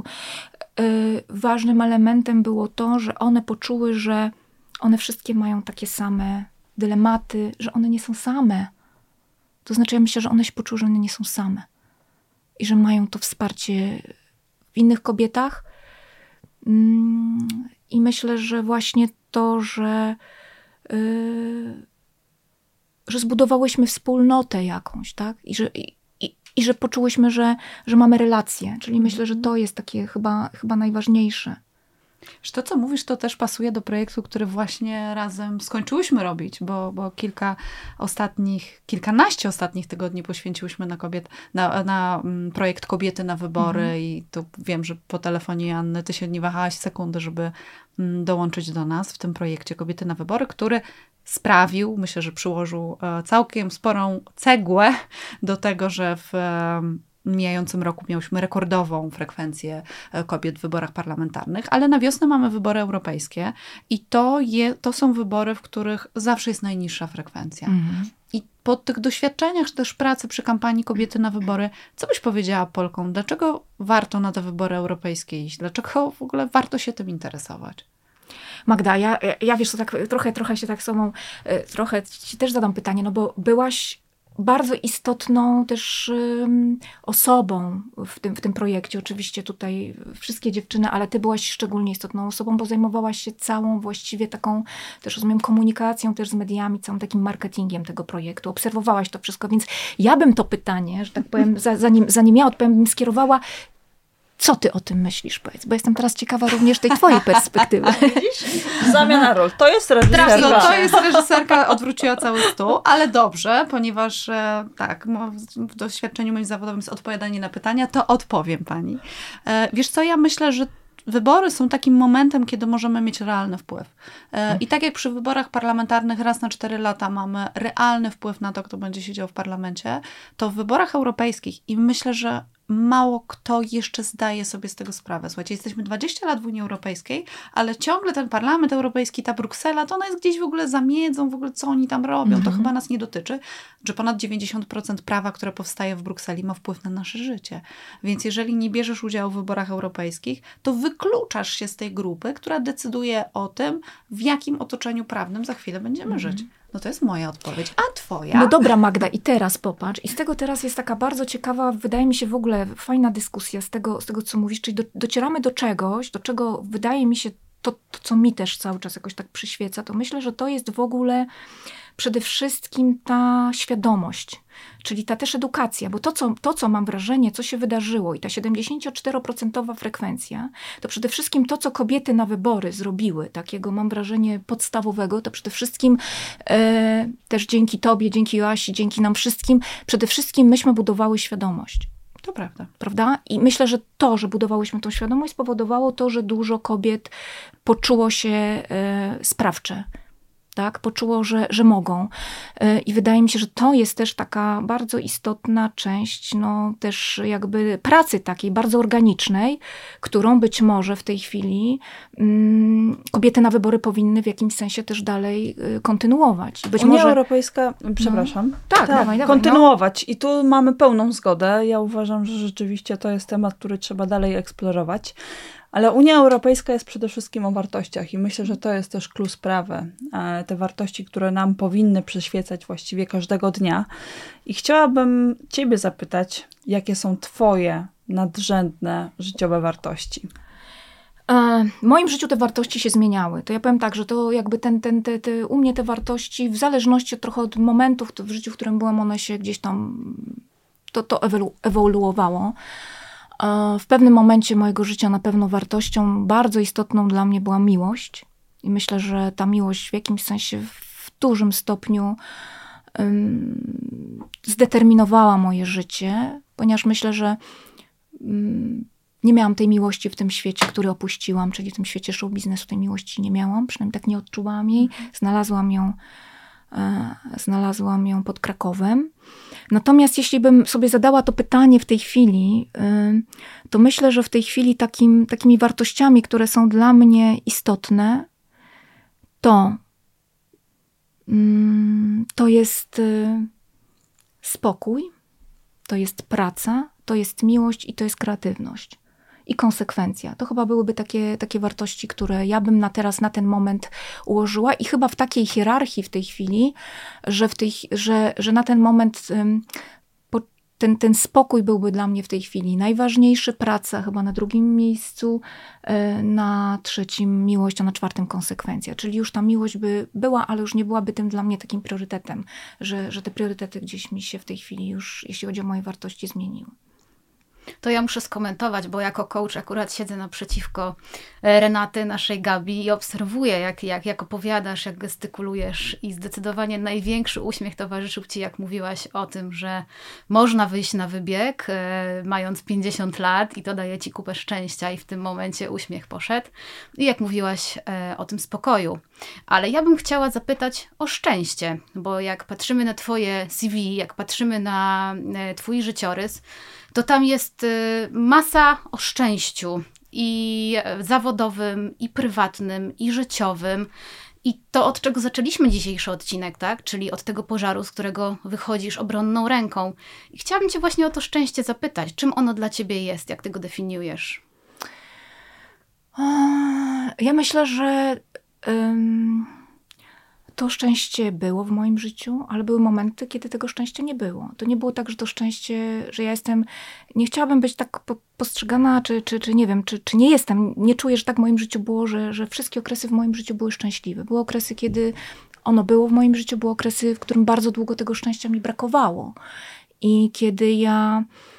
Ważnym elementem było to, że one poczuły, że one wszystkie mają takie same dylematy, że one nie są same. To znaczy, ja myślę, że one się poczuły, że one nie są same. I że mają to wsparcie w innych kobietach. I myślę, że właśnie to, że zbudowałyśmy wspólnotę jakąś, tak? I że poczułyśmy, że mamy relacje. Czyli myślę, że to jest takie chyba najważniejsze. To, co mówisz, to też pasuje do projektu, który właśnie razem skończyłyśmy robić, bo kilkanaście ostatnich tygodni poświęciłyśmy na projekt Kobiety na wybory i tu wiem, że po telefonie Joanny ty się nie wahałaś sekundy, żeby dołączyć do nas w tym projekcie Kobiety na wybory, który sprawił, myślę, że przyłożył całkiem sporą cegłę do tego, że w mijającym roku miałyśmy rekordową frekwencję kobiet w wyborach parlamentarnych, ale na wiosnę mamy wybory europejskie i to są wybory, w których zawsze jest najniższa frekwencja. I po tych doświadczeniach też pracy przy kampanii Kobiety na wybory, co byś powiedziała Polkom? Dlaczego warto na te wybory europejskie iść? Dlaczego w ogóle warto się tym interesować? Magda, ja wiesz, to tak trochę się tak sobą, trochę ci też zadam pytanie, no bo byłaś bardzo istotną też osobą w tym projekcie. Oczywiście tutaj wszystkie dziewczyny, ale ty byłaś szczególnie istotną osobą, bo zajmowałaś się całą właściwie taką, też rozumiem, komunikacją też z mediami, całym takim marketingiem tego projektu. Obserwowałaś to wszystko, więc ja bym to pytanie, że tak powiem, zanim ja odpowiem, bym skierowała. Co ty o tym myślisz, powiedz? Bo jestem teraz ciekawa również tej twojej perspektywy. Widzisz? Zamiana ról. To jest reżyserka. To jest reżyserka, odwróciła cały stół, ale dobrze, ponieważ tak, w doświadczeniu moim zawodowym jest odpowiadanie na pytania, to odpowiem pani. Wiesz co, ja myślę, że wybory są takim momentem, kiedy możemy mieć realny wpływ. I tak jak przy wyborach parlamentarnych raz na 4 lata mamy realny wpływ na to, kto będzie siedział w parlamencie, to w wyborach europejskich i myślę, że mało kto jeszcze zdaje sobie z tego sprawę. Słuchajcie, jesteśmy 20 lat w Unii Europejskiej, ale ciągle ten Parlament Europejski, ta Bruksela, to ona jest gdzieś w ogóle za miedzą, w ogóle co oni tam robią. To chyba nas nie dotyczy, że ponad 90% prawa, które powstaje w Brukseli, ma wpływ na nasze życie. Więc jeżeli nie bierzesz udziału w wyborach europejskich, to wykluczasz się z tej grupy, która decyduje o tym, w jakim otoczeniu prawnym za chwilę będziemy żyć. No to jest moja odpowiedź. A twoja? No dobra, Magda, i teraz popatrz. I z tego teraz jest taka bardzo ciekawa, wydaje mi się w ogóle fajna dyskusja z tego co mówisz, czyli docieramy do czegoś, do czego wydaje mi się to, co mi też cały czas jakoś tak przyświeca, to myślę, że to jest w ogóle przede wszystkim ta świadomość, czyli ta też edukacja, bo to, co mam wrażenie, co się wydarzyło i ta 74% frekwencja, to przede wszystkim to, co kobiety na wybory zrobiły, takiego mam wrażenie podstawowego, to przede wszystkim też dzięki tobie, dzięki Joasi, dzięki nam wszystkim, przede wszystkim myśmy budowały świadomość. To prawda. Prawda? I myślę, że to, że budowałyśmy tą świadomość, spowodowało to, że dużo kobiet poczuło się sprawcze. Tak? Poczuło, że mogą. I wydaje mi się, że to jest też taka bardzo istotna część, no też jakby pracy takiej bardzo organicznej, którą być może w tej chwili kobiety na wybory powinny w jakimś sensie też dalej kontynuować. Być Unia może Europejska, przepraszam. Tak, dawaj, kontynuować. I tu mamy pełną zgodę. Ja uważam, że rzeczywiście to jest temat, który trzeba dalej eksplorować. Ale Unia Europejska jest przede wszystkim o wartościach i myślę, że to jest też klucz sprawy. Te wartości, które nam powinny przyświecać właściwie każdego dnia. I chciałabym ciebie zapytać, jakie są twoje nadrzędne życiowe wartości? W moim życiu te wartości się zmieniały. To ja powiem tak, że to jakby u mnie te wartości, w zależności trochę od momentów w życiu, w którym byłam, one się gdzieś tam, to ewoluowało. W pewnym momencie mojego życia na pewno wartością bardzo istotną dla mnie była miłość. I myślę, że ta miłość w jakimś sensie w dużym stopniu zdeterminowała moje życie, ponieważ myślę, że nie miałam tej miłości w tym świecie, który opuściłam, czyli w tym świecie show biznesu tej miłości nie miałam, przynajmniej tak nie odczuwałam jej. Znalazłam ją pod Krakowem. Natomiast jeśli bym sobie zadała to pytanie w tej chwili, to myślę, że w tej chwili takimi wartościami, które są dla mnie istotne, to jest spokój, to jest praca, to jest miłość i to jest kreatywność. I konsekwencja. To chyba byłyby takie wartości, które ja bym na ten moment ułożyła i chyba w takiej hierarchii w tej chwili, że na ten moment ten spokój byłby dla mnie w tej chwili najważniejszy, praca chyba na drugim miejscu, na trzecim miłość, a na czwartym konsekwencja. Czyli już ta miłość by była, ale już nie byłaby tym dla mnie takim priorytetem, że te priorytety gdzieś mi się w tej chwili już, jeśli chodzi o moje wartości, zmieniły. To ja muszę skomentować, bo jako coach akurat siedzę naprzeciwko Renaty, naszej Gabi i obserwuję, jak opowiadasz, jak gestykulujesz i zdecydowanie największy uśmiech towarzyszył ci, jak mówiłaś o tym, że można wyjść na wybieg, mając 50 lat i to daje ci kupę szczęścia i w tym momencie uśmiech poszedł. I jak mówiłaś o tym spokoju. Ale ja bym chciała zapytać o szczęście, bo jak patrzymy na twoje CV, jak patrzymy na twój życiorys, to tam jest masa o szczęściu i zawodowym, i prywatnym, i życiowym. I to, od czego zaczęliśmy dzisiejszy odcinek, tak? Czyli od tego pożaru, z którego wychodzisz obronną ręką. I chciałabym cię właśnie o to szczęście zapytać. Czym ono dla ciebie jest? Jak ty go definiujesz? Ja myślę, że to szczęście było w moim życiu, ale były momenty, kiedy tego szczęścia nie było. To nie było tak, że to szczęście, że ja nie chciałabym być tak postrzegana, czy nie wiem, czy nie jestem, nie czuję, że tak w moim życiu było, że wszystkie okresy w moim życiu były szczęśliwe. Były okresy, kiedy ono było w moim życiu, były okresy, w którym bardzo długo tego szczęścia mi brakowało. I kiedy ja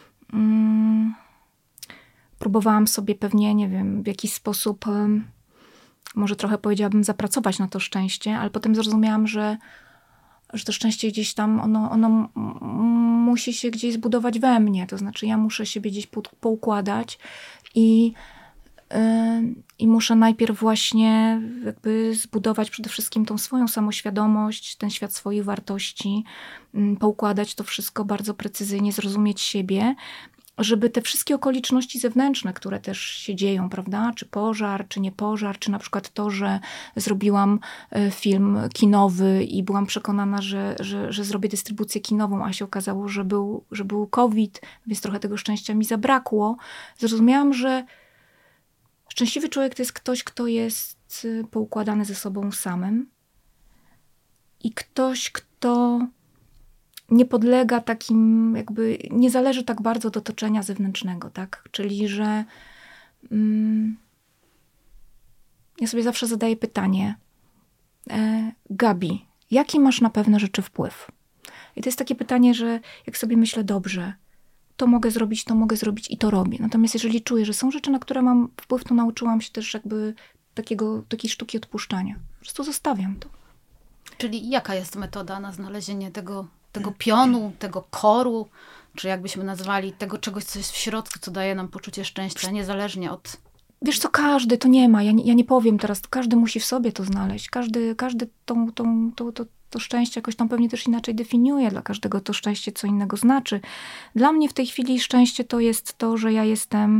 próbowałam sobie pewnie, nie wiem, w jakiś sposób, może trochę powiedziałabym, zapracować na to szczęście, ale potem zrozumiałam, że to szczęście gdzieś tam, ono musi się gdzieś zbudować we mnie. To znaczy ja muszę siebie gdzieś poukładać i muszę najpierw właśnie jakby zbudować przede wszystkim tą swoją samoświadomość, ten świat swoich wartości, poukładać to wszystko bardzo precyzyjnie, zrozumieć siebie, żeby te wszystkie okoliczności zewnętrzne, które też się dzieją, prawda, czy pożar, czy nie pożar, czy na przykład to, że zrobiłam film kinowy i byłam przekonana, że zrobię dystrybucję kinową, a się okazało, że był COVID, więc trochę tego szczęścia mi zabrakło. Zrozumiałam, że szczęśliwy człowiek to jest ktoś, kto jest poukładany ze sobą samym i ktoś, kto nie podlega takim, jakby nie zależy tak bardzo od otoczenia zewnętrznego, tak? Czyli, że ja sobie zawsze zadaję pytanie, Gabi, jaki masz na pewne rzeczy wpływ? I to jest takie pytanie, że jak sobie myślę, dobrze, to mogę zrobić i to robię. Natomiast jeżeli czuję, że są rzeczy, na które mam wpływ, to nauczyłam się też jakby takiej sztuki odpuszczania. Po prostu zostawiam to. Czyli jaka jest metoda na znalezienie tego pionu, tego koru, czy jakbyśmy nazwali tego czegoś, co jest w środku, co daje nam poczucie szczęścia, niezależnie od... Wiesz co, każdy to nie ma. Ja nie powiem teraz, każdy musi w sobie to znaleźć. Każdy to szczęście jakoś tam pewnie też inaczej definiuje. Dla każdego to szczęście co innego znaczy. Dla mnie w tej chwili szczęście to jest to, że ja jestem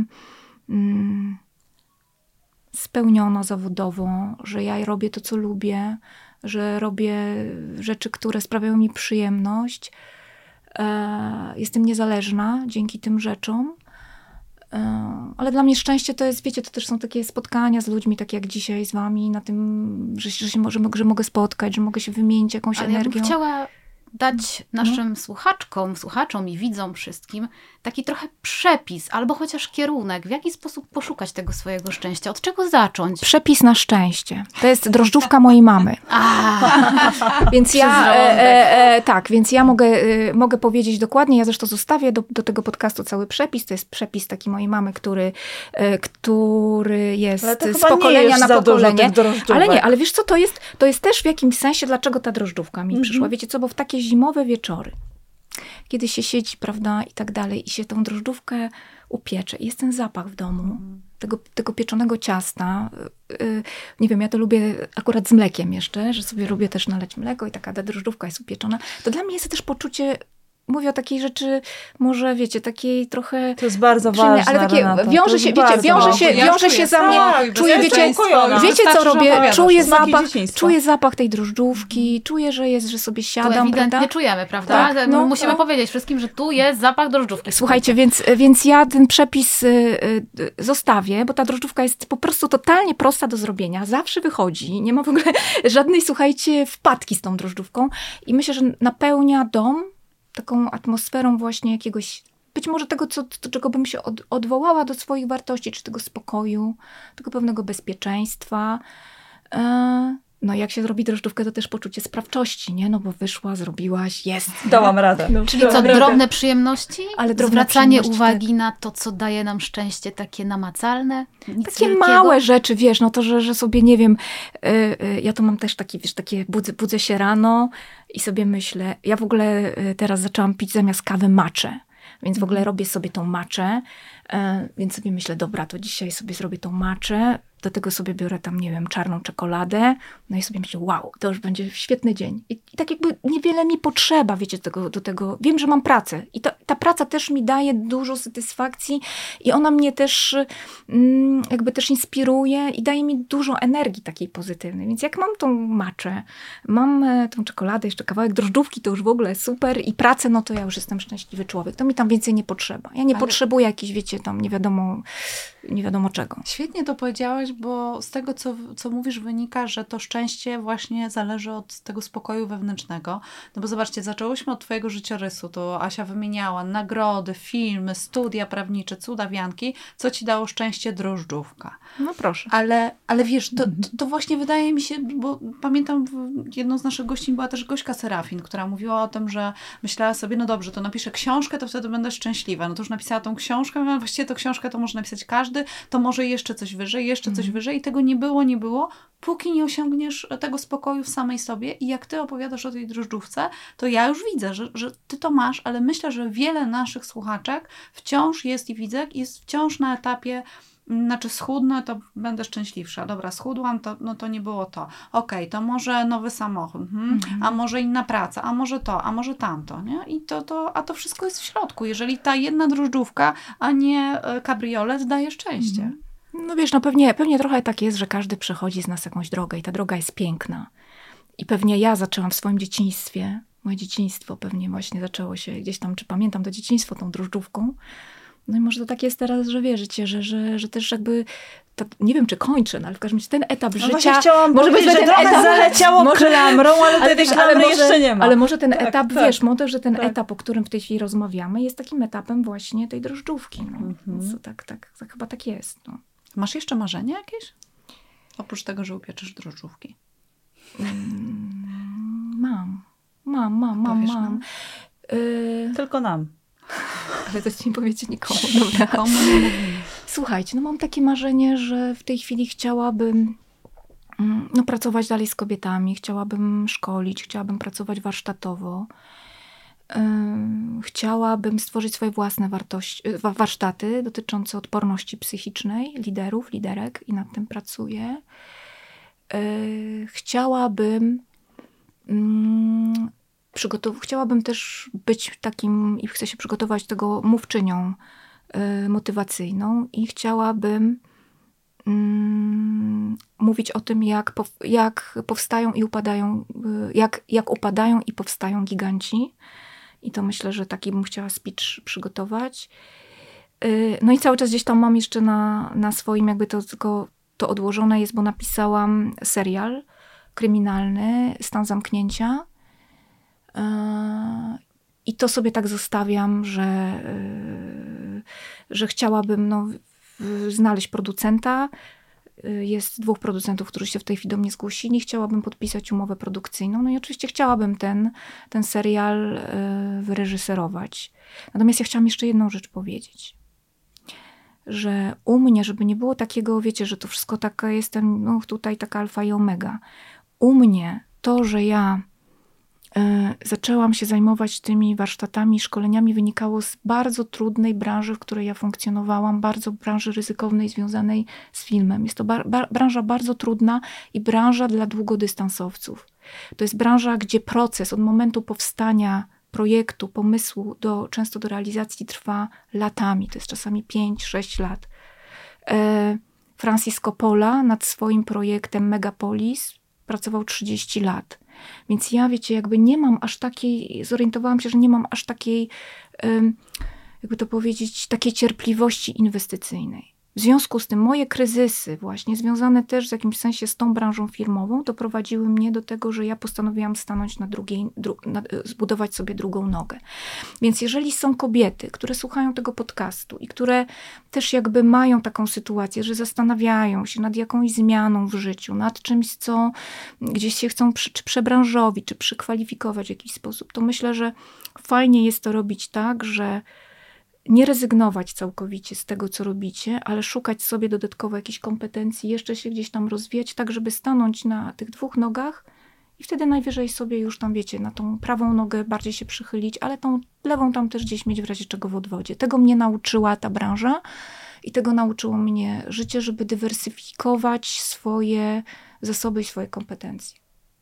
spełniona zawodowo, że ja robię to, co lubię, że robię rzeczy, które sprawiają mi przyjemność. Jestem niezależna dzięki tym rzeczom. Ale dla mnie szczęście to jest, wiecie, to też są takie spotkania z ludźmi, tak jak dzisiaj z wami, na tym, że mogę spotkać, że mogę się wymienić jakąś energią. Ja bym chciała dać naszym słuchaczom i widzom wszystkim taki trochę przepis, albo chociaż kierunek, w jaki sposób poszukać tego swojego szczęścia, od czego zacząć. Przepis na szczęście. To jest drożdżówka mojej mamy. Więc więc ja mogę powiedzieć dokładnie, ja zresztą zostawię do tego podcastu cały przepis, to jest przepis taki mojej mamy, który jest z pokolenia na pokolenie. Ale wiesz co, to jest też w jakimś sensie, dlaczego ta drożdżówka mi przyszła. Wiecie co, bo w takie zimowe wieczory, kiedy się siedzi, prawda, i tak dalej, i się tą drożdżówkę upiecze, i jest ten zapach w domu, tego pieczonego ciasta. Nie wiem, ja to lubię akurat z mlekiem jeszcze, że sobie lubię też naleć mleko i taka ta drożdżówka jest upieczona. To dla mnie jest też poczucie, mówię o takiej rzeczy, może wiecie, takiej trochę... To jest bardzo ważne, ale takie Renata. wiąże się za mnie, czuję, wiecie co robię? Czuję zapach tej drożdżówki, czuję, że sobie siadam, tu ewidentnie prawda? czujemy, prawda? Tak, musimy powiedzieć wszystkim, że tu jest zapach drożdżówki. Słuchajcie, więc ja ten przepis zostawię, bo ta drożdżówka jest po prostu totalnie prosta do zrobienia. Zawsze wychodzi. Nie ma w ogóle żadnej, słuchajcie, wpadki z tą drożdżówką. I myślę, że napełnia dom taką atmosferą właśnie jakiegoś, być może tego, do czego bym się odwołała do swoich wartości, czy tego spokoju, tego pewnego bezpieczeństwa. No jak się zrobi drożdżówkę, to też poczucie sprawczości, nie? No bo wyszła, zrobiłaś, jest. Dałam radę. Czyli co, drobne przyjemności? Ale zwracanie uwagi na to, co daje nam szczęście, takie namacalne? Nic takie wielkiego? małe rzeczy, wiesz, no to, że sobie, nie wiem, ja to mam też takie, wiesz, takie budzę się rano i sobie myślę, ja w ogóle teraz zaczęłam pić zamiast kawy matchę, więc w ogóle robię sobie tą matchę, więc sobie myślę, dobra, to dzisiaj sobie zrobię tą matchę, do tego sobie biorę tam, nie wiem, czarną czekoladę, no i sobie myślę, wow, to już będzie świetny dzień. I tak jakby niewiele mi potrzeba, wiecie, do tego. Wiem, że mam pracę i ta praca też mi daje dużo satysfakcji i ona mnie też jakby też inspiruje i daje mi dużo energii takiej pozytywnej. Więc jak mam tą matchę, mam tą czekoladę, jeszcze kawałek drożdżówki, to już w ogóle super i pracę, no to ja już jestem szczęśliwy człowiek. To mi tam więcej nie potrzeba. Ja nie potrzebuję jakichś, wiecie, tam nie wiadomo czego. Świetnie to powiedziałaś, bo z tego, co mówisz, wynika, że to szczęście właśnie zależy od tego spokoju wewnętrznego. No bo zobaczcie, zaczęłyśmy od twojego życiorysu. To Asia wymieniała nagrody, filmy, studia prawnicze, cudawianki. Co ci dało szczęście? Drożdżówka. No proszę. Ale wiesz, to właśnie wydaje mi się, bo pamiętam, jedną z naszych gościń była też Gośka Serafin, która mówiła o tym, że myślała sobie, no dobrze, to napiszę książkę, to wtedy będę szczęśliwa. No to już napisała tą książkę, a właściwie tą książkę to może napisać każdy, to może jeszcze coś wyżej, coś wyżej i tego nie było, póki nie osiągniesz tego spokoju w samej sobie. I jak ty opowiadasz o tej drożdżówce, to ja już widzę, że ty to masz, ale myślę, że wiele naszych słuchaczek wciąż jest i widzę, jest wciąż na etapie, znaczy schudnę, to będę szczęśliwsza. Dobra, schudłam, to nie było to. Okej, to może nowy samochód, a może inna praca, a może to, a może tamto, nie? I a to wszystko jest w środku. Jeżeli ta jedna drożdżówka, a nie kabriolet daje szczęście. No wiesz, no pewnie trochę tak jest, że każdy przechodzi z nas jakąś drogę i ta droga jest piękna. I pewnie ja zaczęłam w swoim dzieciństwie, moje dzieciństwo pewnie właśnie zaczęło się gdzieś tam, czy pamiętam to dzieciństwo tą drożdżówką. No i może to tak jest teraz, że wierzycie, że też jakby, nie wiem czy kończę, no ale w każdym razie ten etap życia... Może być, że trochę zaleciało klamrą, ale tej klamry jeszcze nie ma. Ale może ten etap, wiesz, może, że ten etap, o którym w tej chwili rozmawiamy, jest takim etapem właśnie tej drożdżówki. No. Więc to tak chyba tak jest. No. Masz jeszcze marzenia jakieś? Oprócz tego, że upieczysz drożdżówki. Mam. Tylko nam. Ale to nie powiecie nikomu. Dobra. Komu nie mówimy. Słuchajcie, mam takie marzenie, że w tej chwili chciałabym pracować dalej z kobietami, chciałabym szkolić, chciałabym pracować warsztatowo. Chciałabym stworzyć swoje własne warsztaty dotyczące odporności psychicznej liderów, liderek i nad tym pracuję. Chciałabym też być takim i chcę się przygotować tego mówczynią motywacyjną i chciałabym mówić o tym, jak powstają i upadają, jak upadają i powstają giganci. I to myślę, że taki bym chciała speech przygotować. No i cały czas gdzieś tam mam jeszcze na swoim, jakby to tylko to odłożone jest, bo napisałam serial kryminalny, Stan zamknięcia. I to sobie tak zostawiam, że chciałabym znaleźć producenta. Jest 2 producentów, którzy się w tej chwili do mnie zgłosili. Chciałabym podpisać umowę produkcyjną. No i oczywiście chciałabym ten serial wyreżyserować. Natomiast ja chciałam jeszcze jedną rzecz powiedzieć. Że u mnie, żeby nie było takiego, wiecie, że to wszystko taka jestem, tutaj taka alfa i omega. U mnie to, że ja zaczęłam się zajmować tymi warsztatami, szkoleniami wynikało z bardzo trudnej branży, w której ja funkcjonowałam, bardzo branży ryzykownej związanej z filmem. Jest to branża bardzo trudna i branża dla długodystansowców. To jest branża, gdzie proces od momentu powstania projektu, pomysłu często do realizacji trwa latami. To jest czasami 5-6 lat. Francis Coppola nad swoim projektem Megapolis pracował 30 lat. Więc ja, wiecie, jakby nie mam aż takiej, zorientowałam się, że nie mam aż takiej, jakby to powiedzieć, takiej cierpliwości inwestycyjnej. W związku z tym moje kryzysy właśnie związane też w jakimś sensie z tą branżą filmową doprowadziły mnie do tego, że ja postanowiłam stanąć zbudować sobie drugą nogę. Więc jeżeli są kobiety, które słuchają tego podcastu i które też jakby mają taką sytuację, że zastanawiają się nad jakąś zmianą w życiu, nad czymś, co gdzieś się chcą czy przebranżowić, czy przykwalifikować w jakiś sposób, to myślę, że fajnie jest to robić tak, że nie rezygnować całkowicie z tego, co robicie, ale szukać sobie dodatkowo jakichś kompetencji, jeszcze się gdzieś tam rozwijać, tak żeby stanąć na tych 2 nogach i wtedy najwyżej sobie już tam, wiecie, na tą prawą nogę bardziej się przychylić, ale tą lewą tam też gdzieś mieć w razie czego w odwodzie. Tego mnie nauczyła ta branża i tego nauczyło mnie życie, żeby dywersyfikować swoje zasoby i swoje kompetencje.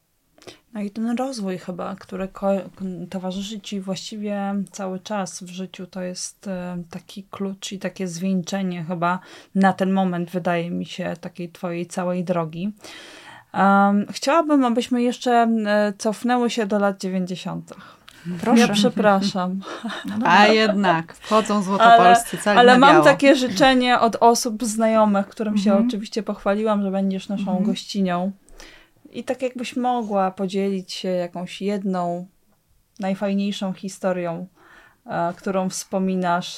No i ten rozwój chyba, który towarzyszy ci właściwie cały czas w życiu, to jest taki klucz i takie zwieńczenie chyba na ten moment, wydaje mi się, takiej twojej całej drogi. Chciałabym, abyśmy jeszcze cofnęły się do lat 90. Proszę. Ja przepraszam. A jednak wchodzą złotopolscy cali ale na mam biało. takie życzenie od osób znajomych, którym się oczywiście pochwaliłam, że będziesz naszą gościnią. I tak jakbyś mogła podzielić się jakąś jedną, najfajniejszą historią, którą wspominasz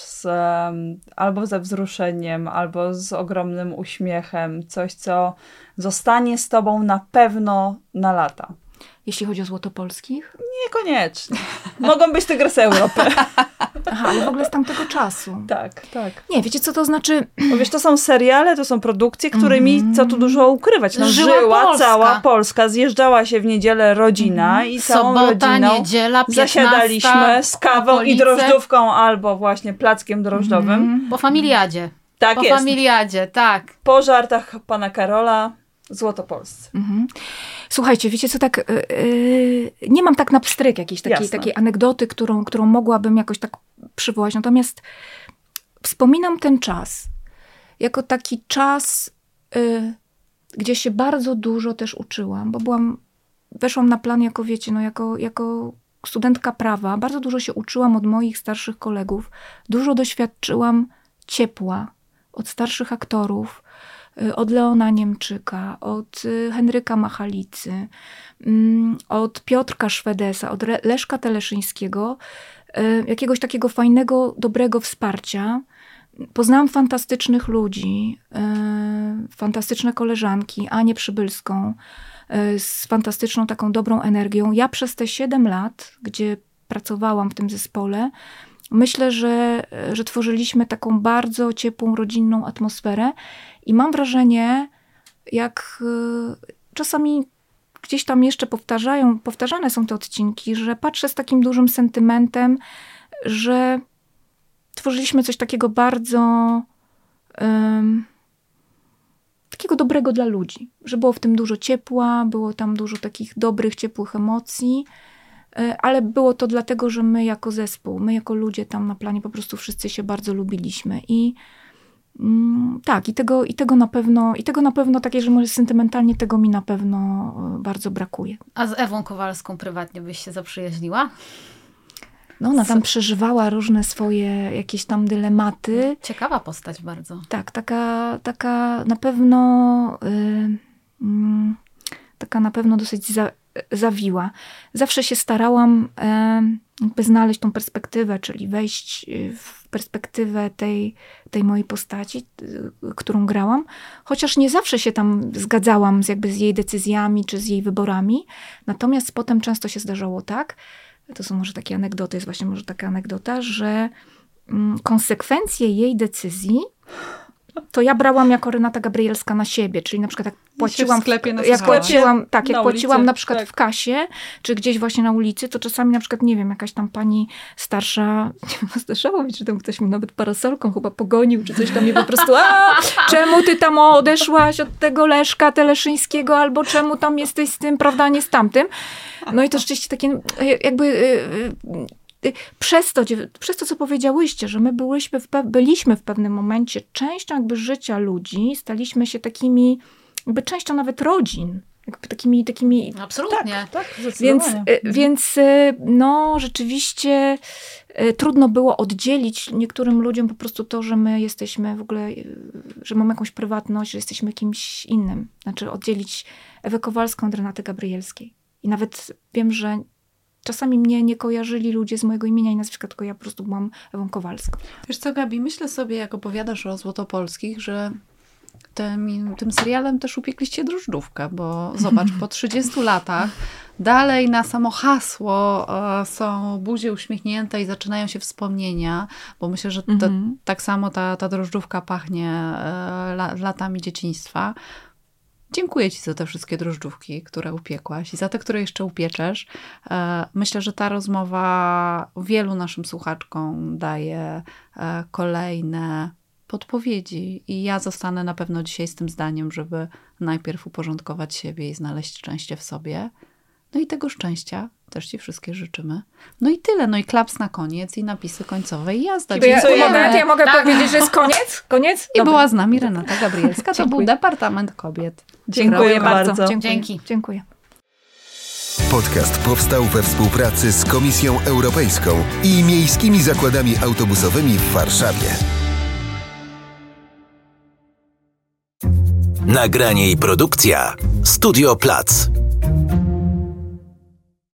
albo ze wzruszeniem, albo z ogromnym uśmiechem. Coś, co zostanie z tobą na pewno na lata. Jeśli chodzi o złotopolskich? Niekoniecznie. Mogą być Tygrysy Europy. Aha, ale w ogóle z tamtego czasu. Tak. Nie, wiecie co to znaczy? Bo wiesz, to są seriale, to są produkcje, którymi, co tu dużo ukrywać, Żyła Polska. Cała Polska, zjeżdżała się w niedzielę rodzina i całą Sobota, rodziną niedziela, 15, zasiadaliśmy z kawą okolice. i drożdżówką albo właśnie plackiem drożdżowym. Po familiadzie. Tak Po jest. familiadzie, tak. Po żartach pana Karola, złotopolscy. Słuchajcie, wiecie co, tak nie mam tak na pstryk jakiejś takiej anegdoty, którą mogłabym jakoś tak przywołać. Natomiast wspominam ten czas jako taki czas, gdzie się bardzo dużo też uczyłam, bo weszłam na plan jako, wiecie, jako studentka prawa. Bardzo dużo się uczyłam od moich starszych kolegów. Dużo doświadczyłam ciepła od starszych aktorów, od Leona Niemczyka, od Henryka Machalicy, od Piotrka Szwedesa, od Leszka Teleszyńskiego, jakiegoś takiego fajnego, dobrego wsparcia. poznałam fantastycznych ludzi, fantastyczne koleżanki, Anię Przybylską, z fantastyczną taką dobrą energią. Ja przez te 7 lat, gdzie pracowałam w tym zespole, myślę, że tworzyliśmy taką bardzo ciepłą, rodzinną atmosferę i mam wrażenie, jak czasami gdzieś tam jeszcze powtarzane są te odcinki, że patrzę z takim dużym sentymentem, że tworzyliśmy coś takiego bardzo takiego dobrego dla ludzi. Że było w tym dużo ciepła, było tam dużo takich dobrych, ciepłych emocji, ale było to dlatego, że my jako zespół, my jako ludzie tam na planie po prostu wszyscy się bardzo lubiliśmy. I tak, i tego na pewno takie, że może sentymentalnie tego mi na pewno bardzo brakuje. A z Ewą Kowalską prywatnie byś się zaprzyjaźniła? No, ona tam przeżywała różne swoje jakieś tam dylematy. Ciekawa postać bardzo. Tak, taka na pewno taka na pewno dosyć zawiła. Zawsze się starałam jakby znaleźć tą perspektywę, czyli wejść w perspektywę tej mojej postaci, którą grałam. Chociaż nie zawsze się tam zgadzałam z jej decyzjami, czy z jej wyborami. Natomiast potem często się zdarzało tak, to są może takie anegdoty, jest właśnie może taka anegdota, że konsekwencje jej decyzji to ja brałam jako Renata Gabrielska na siebie, czyli na przykład jak płaciłam, płaciłam na przykład w kasie, czy gdzieś właśnie na ulicy, to czasami na przykład, nie wiem, jakaś tam pani starsza, zdarzało mi, czy tam ktoś mi nawet parasolką chyba pogonił, czy coś tam mi po prostu, czemu ty tam odeszłaś od tego Leszka Teleszyńskiego, albo czemu tam jesteś z tym, prawda, nie z tamtym. No i to rzeczywiście takie jakby przez to, co powiedziałyście, że my byliśmy w pewnym momencie częścią jakby życia ludzi, staliśmy się takimi, jakby częścią nawet rodzin. Jakby takimi absolutnie. Tak, zdecydowanie. Więc no rzeczywiście trudno było oddzielić niektórym ludziom po prostu to, że my jesteśmy w ogóle, że mamy jakąś prywatność, że jesteśmy kimś innym. Znaczy oddzielić Ewę Kowalską od Renaty Gabrielskiej. I nawet wiem, że czasami mnie nie kojarzyli ludzie z mojego imienia i nazwiska, tylko ja po prostu byłam Ewą Kowalską. Wiesz co, Gabi, myślę sobie, jak opowiadasz o Złotopolskich, że tym serialem też upiekliście drożdżówkę, bo zobacz, po 30 latach dalej na samo hasło są buzie uśmiechnięte i zaczynają się wspomnienia, bo myślę, że tak samo ta drożdżówka pachnie latami dzieciństwa. Dziękuję ci za te wszystkie drożdżówki, które upiekłaś i za te, które jeszcze upieczesz. Myślę, że ta rozmowa wielu naszym słuchaczkom daje kolejne podpowiedzi i ja zostanę na pewno dzisiaj z tym zdaniem, żeby najpierw uporządkować siebie i znaleźć szczęście w sobie. No i tego szczęścia też ci wszystkie życzymy. No i tyle, no i klaps na koniec i napisy końcowe i jazda. Ja mogę powiedzieć, że jest koniec? Koniec? I była z nami Renata Gabrielska, to był Departament Kobiet. Dziękuję bardzo. Dziękuję. Podcast powstał we współpracy z Komisją Europejską i Miejskimi Zakładami Autobusowymi w Warszawie. Nagranie i produkcja Studio Plac.